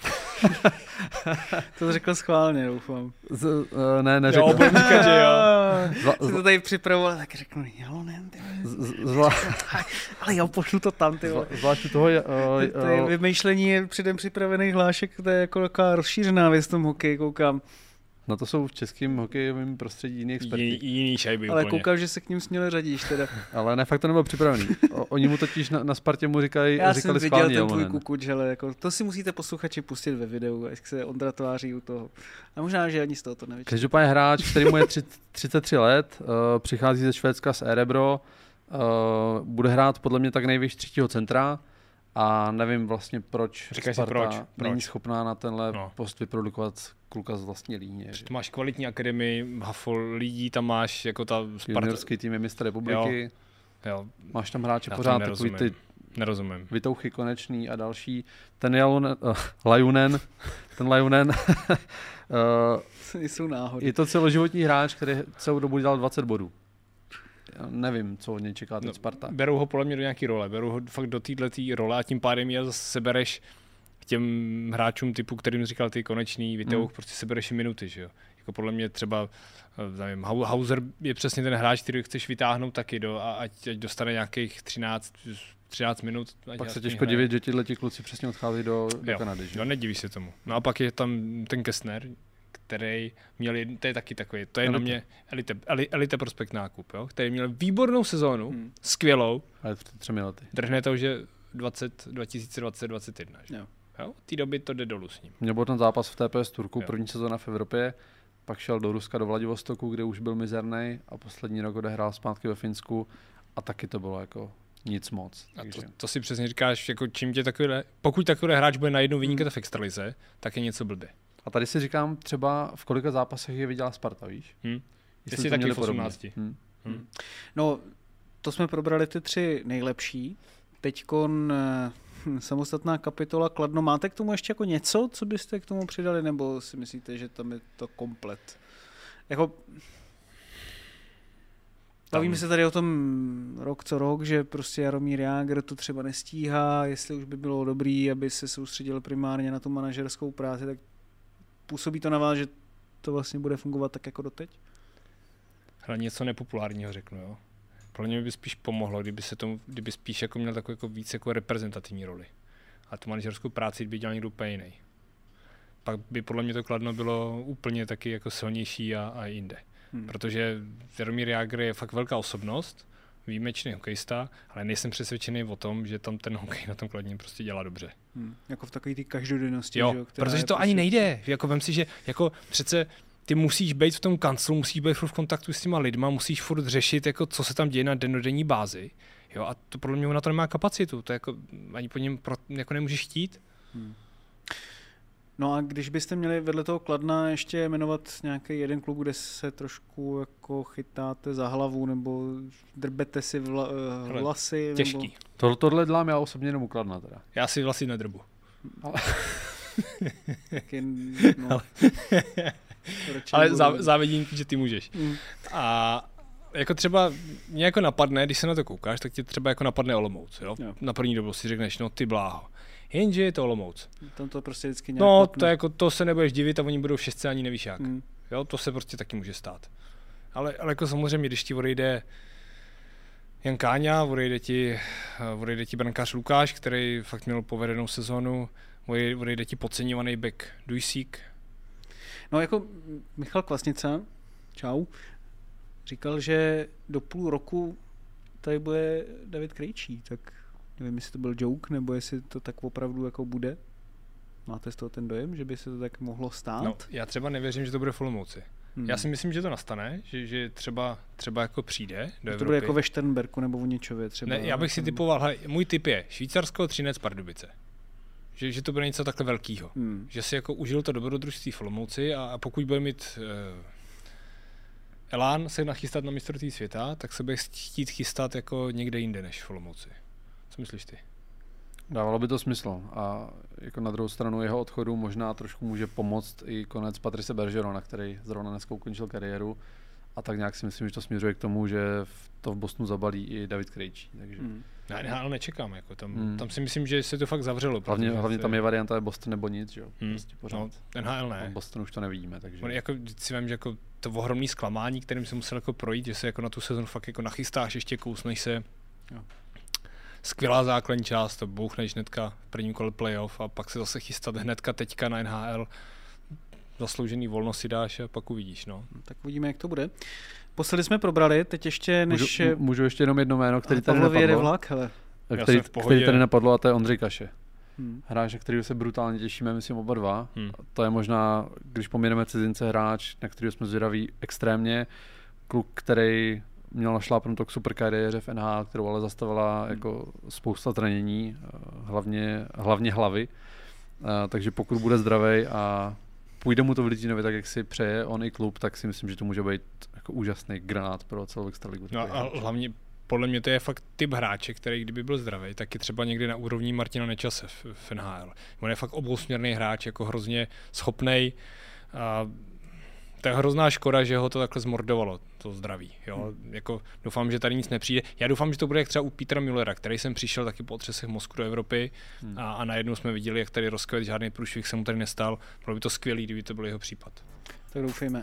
To řekl schválně, doufám. Neřekl. Jo, budu říkat, že jo. Jsi to tady připravoval, tak řeknu, Jalunen, ty ale jo, pošlu to tam, ty vole. Zvlášť u toho vymýšlení je předem připravených hlášek, to je jako taková rozšířená věc v tom hokeji, koukám. No to jsou v českém hokejovém prostředí jiný experti. Jiný šajby ale úplně. koukám, že se k ním směle řadíš teda. Ale ne, fakt to nebyl připravený. Oni mu totiž na Spartě mu říkali Já schválně. jsem viděl ten tvůj kukuč, ale jako, to si musíte posluchači pustit ve videu, jak se Ondra tváří u toho. A možná, že ani z toho to nevyčí. Každopádně hráč, který mu je 33 let, přichází ze Švédska z Erebro, bude hrát podle mě tak nejvíc třetího centra. A nevím vlastně, proč Sparta není schopná na tenhle post vyprodukovat kluka z vlastní líně. Tu máš kvalitní akademii, hafol lidí, tam máš jako ta Sparta. Juniorský tým je mistr republiky. Jo. Máš tam hráče pořád takový ty nerozumím. Vytouchy Konečný a další. Ten Lajunen jsou náhody. Je to celoživotní hráč, který celou dobu dělal 20 bodů. Já nevím, co od něj čeká teď Sparta. Berou ho podle mě do nějaký role, berou ho fakt do této role a tím pádem je zase sebereš těm hráčům typu, kterým říkal ty Konečný, Vytouch, prostě sebereš i minuty, že jo. Jako podle mě třeba, nevím, Hauser je přesně ten hráč, který chceš vytáhnout taky ať dostane nějakých 13 minut. Pak se těžko divit, že tihleti kluci přesně odchází do Kanady, že? No, nediví se tomu. No a pak je tam ten Kestner, který měl, to je taky takový, to je na mě elite prospekt nákup, jo? Který měl výbornou sezónu, skvělou. Ale před 3 lety. Drhne to, že 2020-2021. Jo. Od té doby to jde dolů s ním. Měl byl ten zápas v TPS Turku, první sezóna v Evropě, pak šel do Ruska, do Vladivostoku, kde už byl mizernej a poslední rok odehrál zpátky ve Finsku a taky to bylo jako nic moc. A to si přesně říkáš, jako čím tě pokud takový hráč bude najednou vynikat v extralize, tak je něco blbě. A tady si říkám třeba, v kolika zápasech je viděla Sparta, víš? Jestli taky v 18. No, to jsme probrali ty 3 nejlepší. Teďkon samostatná kapitola Kladno. Máte k tomu ještě jako něco, co byste k tomu přidali, nebo si myslíte, že tam je to komplet? Jako... Bavíme se tady o tom rok co rok, že prostě Jaromír Jágr to třeba nestíhá, jestli už by bylo dobrý, aby se soustředil primárně na tu manažerskou práci, tak působí to na vás, že to vlastně bude fungovat tak jako doteď? Ale něco nepopulárního řeknu, jo. Podle mě by spíš pomohlo, kdyby spíš jako měl takovou jako víc jako reprezentativní roli. A tu manažerskou práci by dělal někdo úplně jiný. Pak by podle mě to Kladno bylo úplně taky jako silnější a jinde. Protože Jaromír Jágr je fakt velká osobnost, výjimečný hokejista, ale nejsem přesvědčený o tom, že tam ten hokej na tom Kladně prostě dělá dobře. Jako v takové ty každodennosti. Jo, že? protože to ani nejde. Jako vem si, že jako přece ty musíš být v tom kanclu, musíš být v kontaktu s těma lidma, musíš furt řešit, jako, co se tam děje na dennodenní bázi. Jo, a to podle mě na to nemá kapacitu. To jako, ani po něm jako nemůžeš chtít. No a když byste měli vedle toho Kladna ještě jmenovat nějaký jeden klub, kde se trošku jako chytáte za hlavu nebo drbete si vlasy. Těžký. Nebo... Tohle dělám já osobně jenom u Kladna teda. Já si vlasy nedrbu. Ale závidím ti, že ty můžeš. A jako třeba mě jako napadne, když se na to koukáš, tak tě třeba jako napadne Olomouc. Jo? Na první dobu si řekneš, no ty bláho. Jenže je to Olomouc. Tam to prostě vždycky nějak no, to, jako, to se nebudeš divit a oni budou v šestce, ani nevíš jak. Jo, to se prostě taky může stát. Ale jako samozřejmě, když ti odejde Jan Káňa, odejde ti brankář Lukáš, který fakt měl povedenou sezónu, odejde ti podceňovaný back Dujsík. No jako Michal Kvasnica, čau, říkal, že do půl roku tady bude David Krejčí, tak nevím, jestli to byl joke, nebo jestli to tak opravdu jako bude. Máte z toho ten dojem, že by se to tak mohlo stát? No, já třeba nevěřím, že to bude v Olomouci. Já si myslím, že to nastane, že třeba jako přijde do Evropy. To bude jako ve Šternberku nebo v Něčově třeba. Ne, já bych si typoval, můj tip je Švýcarsko, Třinec, Pardubice. Že to bude něco takhle velkýho. Že si jako užil to dobrodružství v Olomouci a pokud bude mít elán se nachystat na mistrovství světa, tak se bude chtít chystat jako někde jinde než v Olomouci. Co myslíš ty? Dávalo by to smysl a jako na druhou stranu jeho odchodu možná trošku může pomoct i konec Patrice Bergerona, který zrovna dneska ukončil kariéru a tak nějak si myslím, že to směřuje k tomu, že to v Bostonu zabalí i David Krejčí. Takže... Ale nečekám, jako tam si myslím, že se to fakt zavřelo. Hlavně tam je varianta Boston nebo nic, že jo? Prostě no, NHL ne. V Bostonu už to nevidíme, takže... Jako si vím, že jako to ohromný zklamání, kterým se musel jako projít, že se jako na tu sezonu fakt jako nachystáš, ještě kousneš se. Jo. Skvělá základní část, to bouchneš hnedka v prvním kole playoff a pak se zase chystat hnedka teďka na NHL. Zasloužený volno si dáš a pak uvidíš. No. Tak uvidíme, jak to bude. Posledně jsme probrali, teď ještě než... Můžu ještě jenom jedno jméno, který tady napadlo. Vlak, hele. Který tady napadlo a to je Ondřej Kaše. Hráč, na kterého se brutálně těšíme, myslím oba dva. To je možná, když poměreme cizince, hráč, na kterého jsme zvědaví extrémně. Kluk, který měl našlápnutou k super kariéře v NHL, kterou ale zastavila jako spousta zranění, hlavně hlavy. Takže pokud bude zdravý a půjde mu to v Litvínově tak, jak si přeje on i klub, tak si myslím, že to může být jako úžasný granát pro celou extraligu. No a hlavně podle mě to je fakt typ hráče, který kdyby byl zdravý, tak je třeba někdy na úrovni Martina Nečase v NHL. On je fakt obousměrný hráč, jako hrozně schopnej. To je hrozná škoda, že ho to takhle zmordovalo, to zdraví. Jo? Jako, doufám, že tady nic nepřijde. Já doufám, že to bude jak třeba u Petra Müllera, který jsem přišel taky po otřesech mozku do Evropy a najednou jsme viděli, jak tady rozkvět, žádný průšvih se mu tady nestal. Bylo by to skvělý, kdyby to byl jeho případ. Tak doufejme.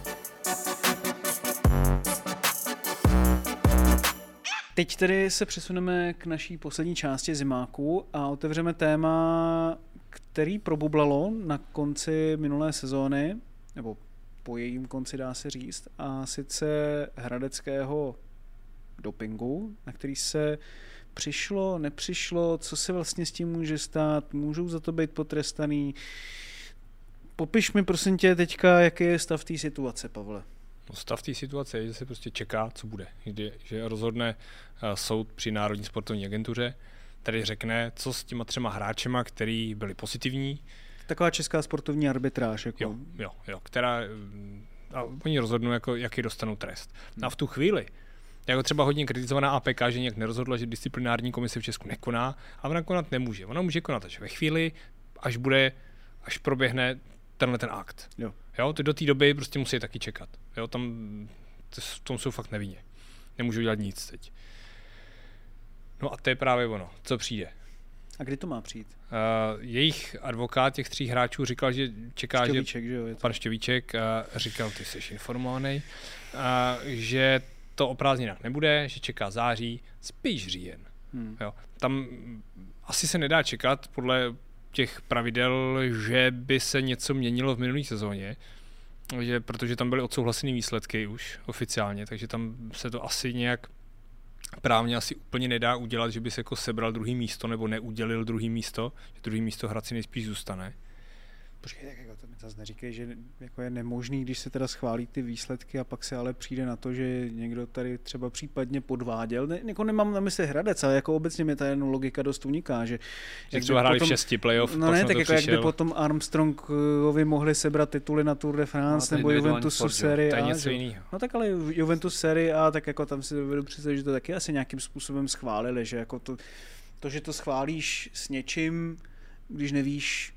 Teď tedy se přesuneme k naší poslední části Zimáku a otevřeme téma, který probublalo na konci minulé sezóny, nebo po jejím konci dá se říct, a sice hradeckého dopingu, na který se přišlo, nepřišlo, co se vlastně s tím může stát, můžou za to být potrestaný. Popiš mi prosím tě teďka, jaký je stav té situace, Pavle. No, stav té situace je, že se prostě čeká, co bude. Že rozhodne soud při Národní sportovní agentuře, který řekne, co s těma 3 hráčema, který byli pozitivní. Taková česká sportovní arbitráž. Jako... Jo, která... A oni rozhodnou, jako, jaký dostanou trest. A v tu chvíli, jako třeba hodně kritizovaná APK, že nějak nerozhodla, že disciplinární komise v Česku nekoná, a ona konat nemůže. Ona může konat až ve chvíli, až proběhne tenhle ten akt. Jo, do té doby prostě musí taky čekat. Jo, v tom jsou fakt nevinně. Nemůžou dělat nic teď. No a to je právě ono, co přijde. A kdy to má přijít? Jejich advokát těch 3 hráčů říkal, že čeká, že pan Štěvíček říkal, ty jsi informovaný, že to o prázdninách nebude, že čeká září, spíš říjen. Jo. Tam asi se nedá čekat podle těch pravidel, že by se něco měnilo v minulé sezóně, protože tam byly odsouhlasené výsledky už oficiálně, takže tam se to asi nějak právně asi úplně nedá udělat, že bys jako sebral druhý místo nebo neudělil druhý místo, že druhý místo Hradci nejspíš zůstane. Počkej, tak jako to mi zase neříkej, že jako je nemožný, když se teda schválí ty výsledky a pak se ale přijde na to, že někdo tady třeba případně podváděl. Jako nemám na mysli Hradec, ale jako obecně mi ta jenom logika dost uniká, že třeba hráli v 6 playoff, no ne, tak jako jak by potom Armstrongovi mohli sebrat tituly na Tour de France nebo Juventusu Serie A. To je něco jiného. No tak ale Juventus Serie A, tak jako tam si dovedu představit, že to taky asi nějakým způsobem schválili, že jako to že to schválíš s něčím, když nevíš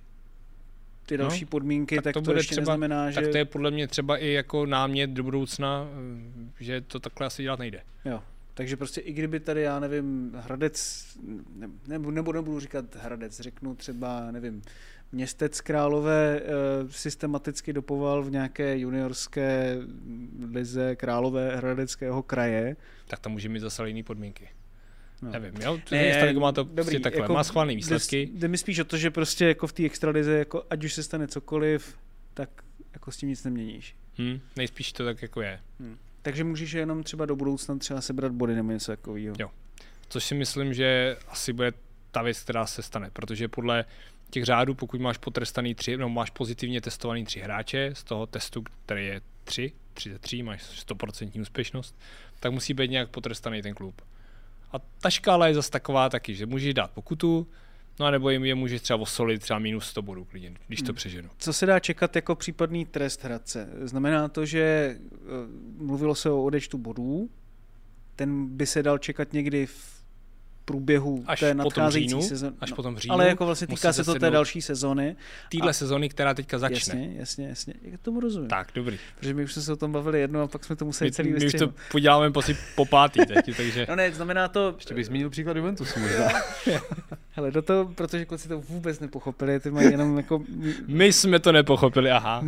ty další podmínky, tak to ještě třeba, neznamená, že... Tak to je podle mě třeba i jako námět do budoucna, že to takhle asi dělat nejde. Jo, takže prostě i kdyby tady, já nevím, Hradec, nebo nebudu říkat Hradec, řeknu třeba, nevím, Městec Králové systematicky dopoval v nějaké juniorské lize Králové Hradeckého kraje. Tak tam může mít zase jiný podmínky. No. Nevím, jo? Má to prostě takhle, jako má schválný výsledky. Jde mi spíš o to, že prostě jako v té extralize, jako ať už se stane cokoliv, tak jako s tím nic neměníš. Nejspíš to tak jako je. Takže můžeš jenom třeba do budoucna třeba sebrat body nebo něco takového. Jo, což si myslím, že asi bude ta věc, která se stane, protože podle těch řádů, pokud máš potrestaný 3, nebo máš pozitivně testovaný 3 hráče, z toho testu, který je 3 ze 3, máš 100% úspěšnost, tak musí být nějak potrestaný ten klub. A ta škála je zase taková taky, že můžeš dát pokutu, no a nebo jim je můžeš třeba osolit třeba minus 100 bodů klidně, když to přeženu. Co se dá čekat jako případný trest Hradce? Znamená to, že mluvilo se o odečtu bodů, ten by se dal čekat někdy v průběhu až té nadcházející sezóny. Až potom v říjnu. Ale jako vlastně týká se to té další sezóny. Týhle sezóny, která teďka začne. Jasně. Jak tomu rozumím. Tak, dobrý. Protože my už jsme se o tom bavili jednou a pak jsme to museli celý vystřihnout. My už to poděláme po pátý teď, takže... No ne, znamená to... Ještě bych zmínil příklad Juventusu možná. Hele, do toho, protože kluci to vůbec nepochopili, ty mají jenom jako... My jsme to nepochopili, aha,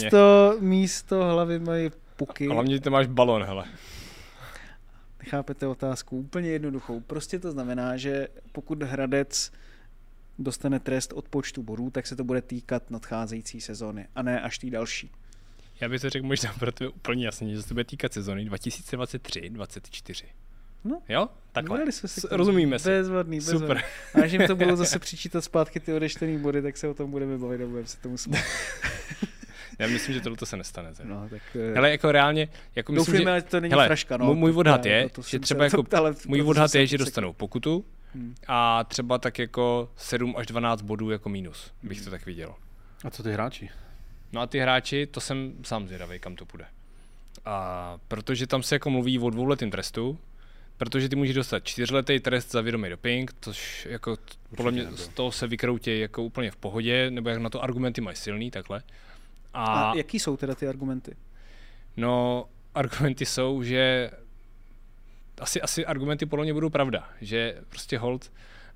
místo hlavy mají puky. A hlavně ty máš balon, hele. Chápete otázku úplně jednoduchou. Prostě to znamená, že pokud Hradec dostane trest od počtu bodů, tak se to bude týkat nadcházející sezóny a ne až té další. Já bych to řekl možná pro tebe úplně jasně, že se to bude týkat sezóny 2023-2024. No, jo? Takhle. Rozumíme si. Bezvadný. Super. A až jim to budou zase přičítat zpátky ty odečtený body, tak se o tom budeme bavit a budeme se tomu smát. Já myslím, že tohle se nestane. No, tak, hele, jako reálně, jako doufujeme, myslím, že to není fraška. No, můj odhad je, že třeba jako, můj odhad je, že dostanou pokutu a třeba tak jako 7 až 12 bodů jako mínus, bych to tak viděl. A co ty hráči? No a ty hráči, to jsem sám zvědavý, kam to půjde. A protože tam se jako mluví o 2letým trestu, protože ty můžeš dostat 4letý trest za vědomý doping, což jako podle mě z toho se vykroutí jako úplně v pohodě, nebo jak na to argumenty mají silný, takhle. A jaký jsou teda ty argumenty? No, argumenty jsou, že asi argumenty podle mě budou pravda, že prostě hold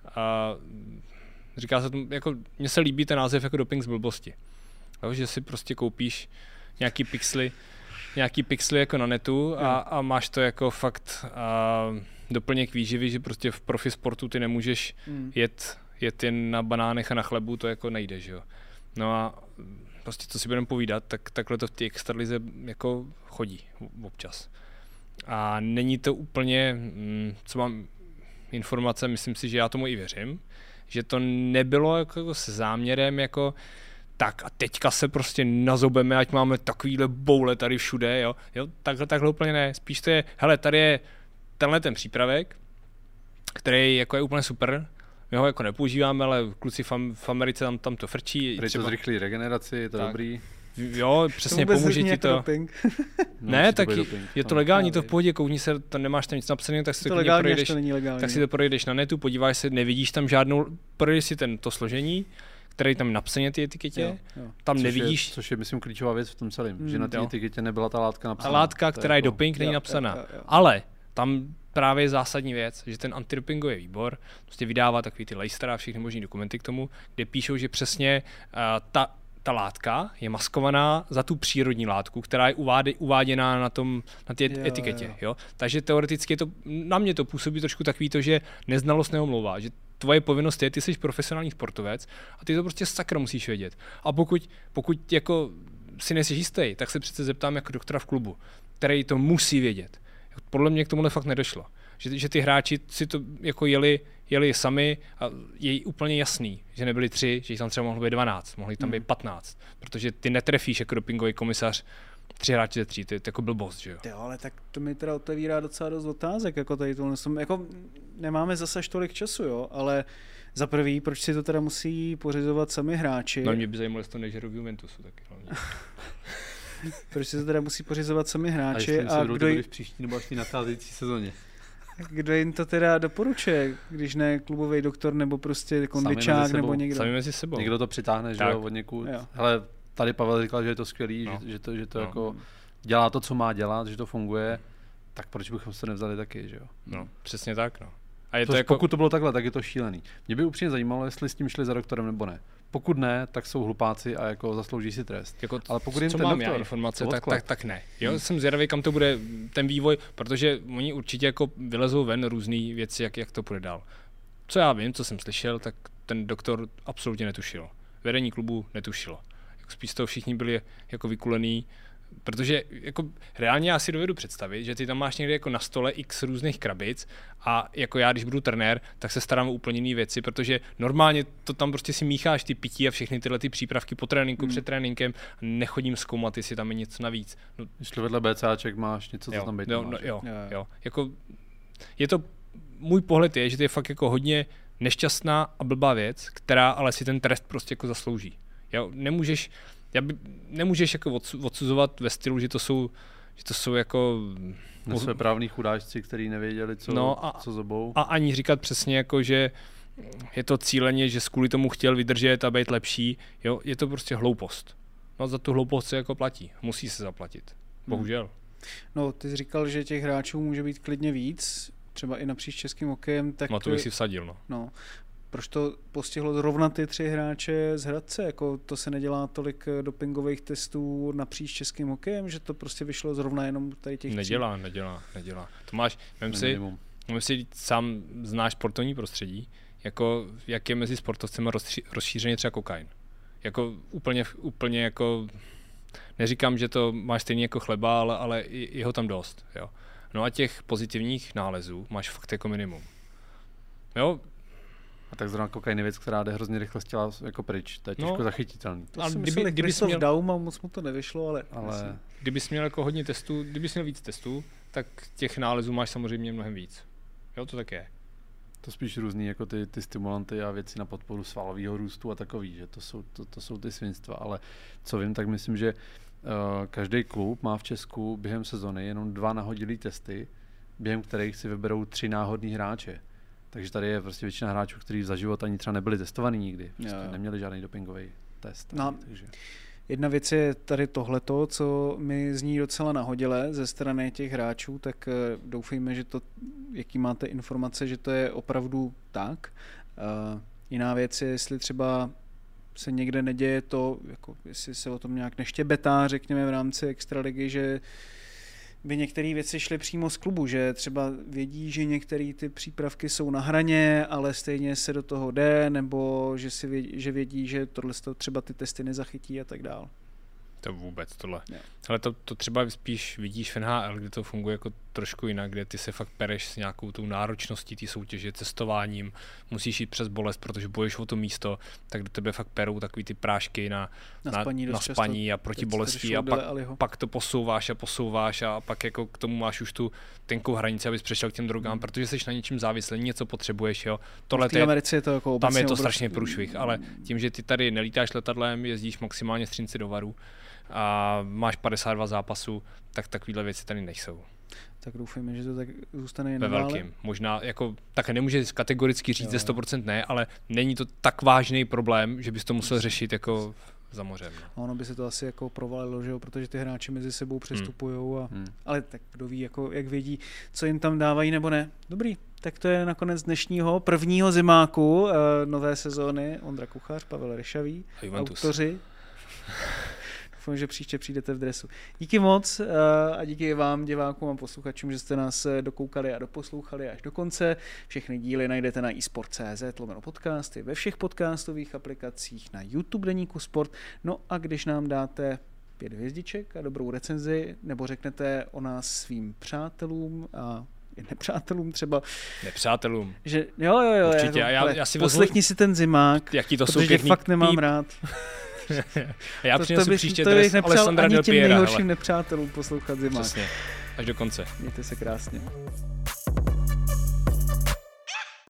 říká se tomu, jako mně se líbí ten název jako doping z blbosti. Jo, že si prostě koupíš nějaký pixely jako na netu a máš to jako fakt doplněk výživy, že prostě v profi sportu ty nemůžeš jet jen na banánech a na chlebu, to jako nejde, že jo. No a prostě co si budeme povídat, tak takhle to v té extralize jako chodí občas. A není to úplně, co mám informace, myslím si, že já tomu i věřím, že to nebylo jako se záměrem jako tak a teďka se prostě nazobeme, ať máme takovýhle boule tady všude, jo takhle úplně ne, spíš to je, hele, tady je tenhle ten přípravek, který jako je úplně super, my ho jako nepoužíváme, ale kluci v Americe tam to frčí. Prý to zrychlí regeneraci, je to tak dobrý. Jo, přesně, pomůže ti to. Ne, tak je to legální, to v pohodě, koukni se, tam nemáš tam nic napsaného, tak si to projdeš, tak si to projdeš na netu, podíváš se, nevidíš tam žádnou, projdeš si to složení, který tam napsané ty etiketě, tam nevidíš. Což je, myslím, klíčová věc v tom celém, že na té etiketě nebyla ta látka napsaná. Ta látka, která je doping, není napsaná, ale tam právě je zásadní věc, že ten antidopingový výbor prostě vydává takový ty lejstra a všechny možný dokumenty k tomu, kde píšou, že přesně ta látka je maskovaná za tu přírodní látku, která je uváděná na té etiketě. Jo? Takže teoreticky na mě to působí trošku takový to, že neznalost neomlouvá, že tvoje povinnost je, ty jsi profesionální sportovec a ty to prostě sakra musíš vědět. A pokud jako si nejsi jistý, tak se přece zeptám jako doktora v klubu, který to musí vědět. Podle mě k tomuhle fakt nedošlo. Že ty hráči si to jako jeli sami a je úplně jasný, že nebyli 3, že jich tam třeba mohlo být 12, mohli tam být 15, protože ty netrefíš jako dopingový komisař 3 hráči ze 3, to je jako blbost, že jo. Jo, ale tak to mi teda otevírá docela dost otázek, jako tady tohle, jako nemáme zase až tolik času, jo, ale za prvý, proč si to teda musí pořizovat sami hráči? No mě by zajímalo, jestli to nežerou v Juventusu taky hlavně. Proč si to teda musí pořizovat sami hráči a kdo v příští nebo až v nadcházející sezóně? Kdo jim to teda doporučuje, když ne klubový doktor nebo prostě kondičák nebo někdo? Sami mezi sebou. Někdo to přitáhne, že jo, od někud. Hele, tady Pavel říkal, že je to skvělý, že to jako dělá to, co má dělat, že to funguje, tak proč bychom se nevzali taky, že jo? No, přesně tak, no. A je to jako... Pokud to bylo takhle, tak je to šílený. Mě by upřímně zajímalo, jestli s tím šli za doktorem nebo ne. Pokud ne, tak jsou hlupáci a jako zaslouží si trest. Jako, ale pokud jim co ten mám doktor, já informace, tak ne. Jo, jsem zvědavý, kam to bude ten vývoj, protože oni určitě jako vylezou ven různý věci, jak to půjde dál. Co já vím, co jsem slyšel, tak ten doktor absolutně netušil. Vedení klubu netušilo. Spíš toho všichni byli jako vykulený, protože jako reálně já si dovedu představit, že ty tam máš někde jako na stole x různých krabic a jako já, když budu trenér, tak se starám o úplně jiné věci, protože normálně to tam prostě si mícháš ty pití a všechny tyhle ty přípravky po tréninku, před tréninkem, nechodím zkoumat, jestli tam je něco navíc. No, když vedle BCáček máš něco, co tam být jo. Jako, je to, můj pohled je, že to je fakt jako hodně nešťastná a blbá věc, která ale si ten trest prostě jako zaslouží. Jo, nemůžeš jako odsuzovat ve stylu, že to jsou jako nesvéprávní chudáčci, kteří nevěděli, co zobou. A ani říkat přesně jako, že je to cíleně, že kvůli tomu chtěl vydržet a být lepší. Jo, je to prostě hloupost. No za tu hloupost se jako platí. Musí se zaplatit. Bohužel. No, ty jsi říkal, že těch hráčů může být klidně víc, třeba i napříč českým hokejem. Tak no to bych si vsadil, no. Proč to postihlo zrovna ty 3 hráče z Hradce? Jako to se nedělá tolik dopingových testů napříč českým hokejem, že to prostě vyšlo zrovna jenom tady těch 3? Nedělá. Tomáš, vem si, sám znáš sportovní prostředí, jako jak je mezi sportovcemi rozšířený třeba kokain. Jako úplně jako, neříkám, že to máš stejný jako chleba, ale je ho tam dost. Jo. No a těch pozitivních nálezů máš fakt jako minimum. Jo. A tak zrovna kokain je věc, která jde hrozně rychle z těla jako pryč. To je těžko zachytitelný. To jsem myslel, kdybys měl Daum a moc mu to nevyšlo, ale kdybys měl jako hodně testů, kdybys měl víc testů, tak těch nálezů máš samozřejmě mnohem víc. Jo, to tak je. To spíš různý jako ty stimulanty a věci na podporu svalového růstu a takový, že to jsou ty svinstva, ale co vím, tak myslím, že každý klub má v Česku během sezony jenom 2 nahodilý testy, během kterých si vyberou 3 náhodný hráče. Takže tady je prostě většina hráčů, kteří za život ani třeba nebyli testovaní nikdy. Prostě neměli žádný dopingový test. No, jedna věc je tady tohleto, co mi zní docela nahodile ze strany těch hráčů, tak doufejme, že to, jaký máte informace, že to je opravdu tak. Jiná věc je, jestli třeba se někde neděje to, jako jestli se o tom nějak neštěbetá, řekněme v rámci extraligy, že by některé věci šly přímo z klubu, že třeba vědí, že některé ty přípravky jsou na hraně, ale stejně se do toho jde, nebo že vědí, že tohle třeba ty testy nezachytí a tak dál. To vůbec tohle. Ale to třeba spíš vidíš v NHL, kde to funguje jako trošku jinak, kde ty se fakt pereš s nějakou tou náročností té soutěže, cestováním, musíš jít přes bolest, protože bojuješ o to místo, tak do tebe fakt perou takový ty prášky na spaní a proti bolesti a pak to posouváš a pak jako k tomu máš už tu tenkou hranici, abys přešel k těm drogám, protože jsi na něčem závislý, něco potřebuješ, jo. Tohle v Americe je to jako tam je to strašně průšvih, ale tím, že ty tady nelítáš letadlem, jezdíš maximálně Střinci do Varu a máš 52 zápasů, tak takovýhle věci tady nejsou. Tak doufejme, že to tak zůstane jen ve velkým. Možná jako tak nemůže kategoricky říct ze 100% ne, ale není to tak vážný problém, že bys to musel řešit jako za mořem. No. Ono by se to asi jako provalilo, že jo, protože ty hráči mezi sebou přestupujou ale tak kdo ví, jako jak vědí, co jim tam dávají nebo ne. Dobrý, tak to je nakonec dnešního prvního zimáku nové sezóny. Ondra Kuchař, Pavel Ryšavý, autoři. Doufám, že příště přijdete v dresu. Díky moc a díky vám, divákům a posluchačům, že jste nás dokoukali a doposlouchali až do konce. Všechny díly najdete na eSport.cz/podcasty, ve všech podcastových aplikacích, na YouTube Deníku Sport. No a když nám dáte 5 hvězdiček a dobrou recenzi, nebo řeknete o nás svým přátelům a i nepřátelům třeba. Nepřátelům. Že, jo. Určitě. Já si poslechni si ten Zimák, jaký to protože jsou fakt nemám rád. Já přinesu příště dres Alessandra Del Piera. To bych nejhorším nepřátelům poslouchat Zimák. Přesně. Až do konce. Mějte se krásně.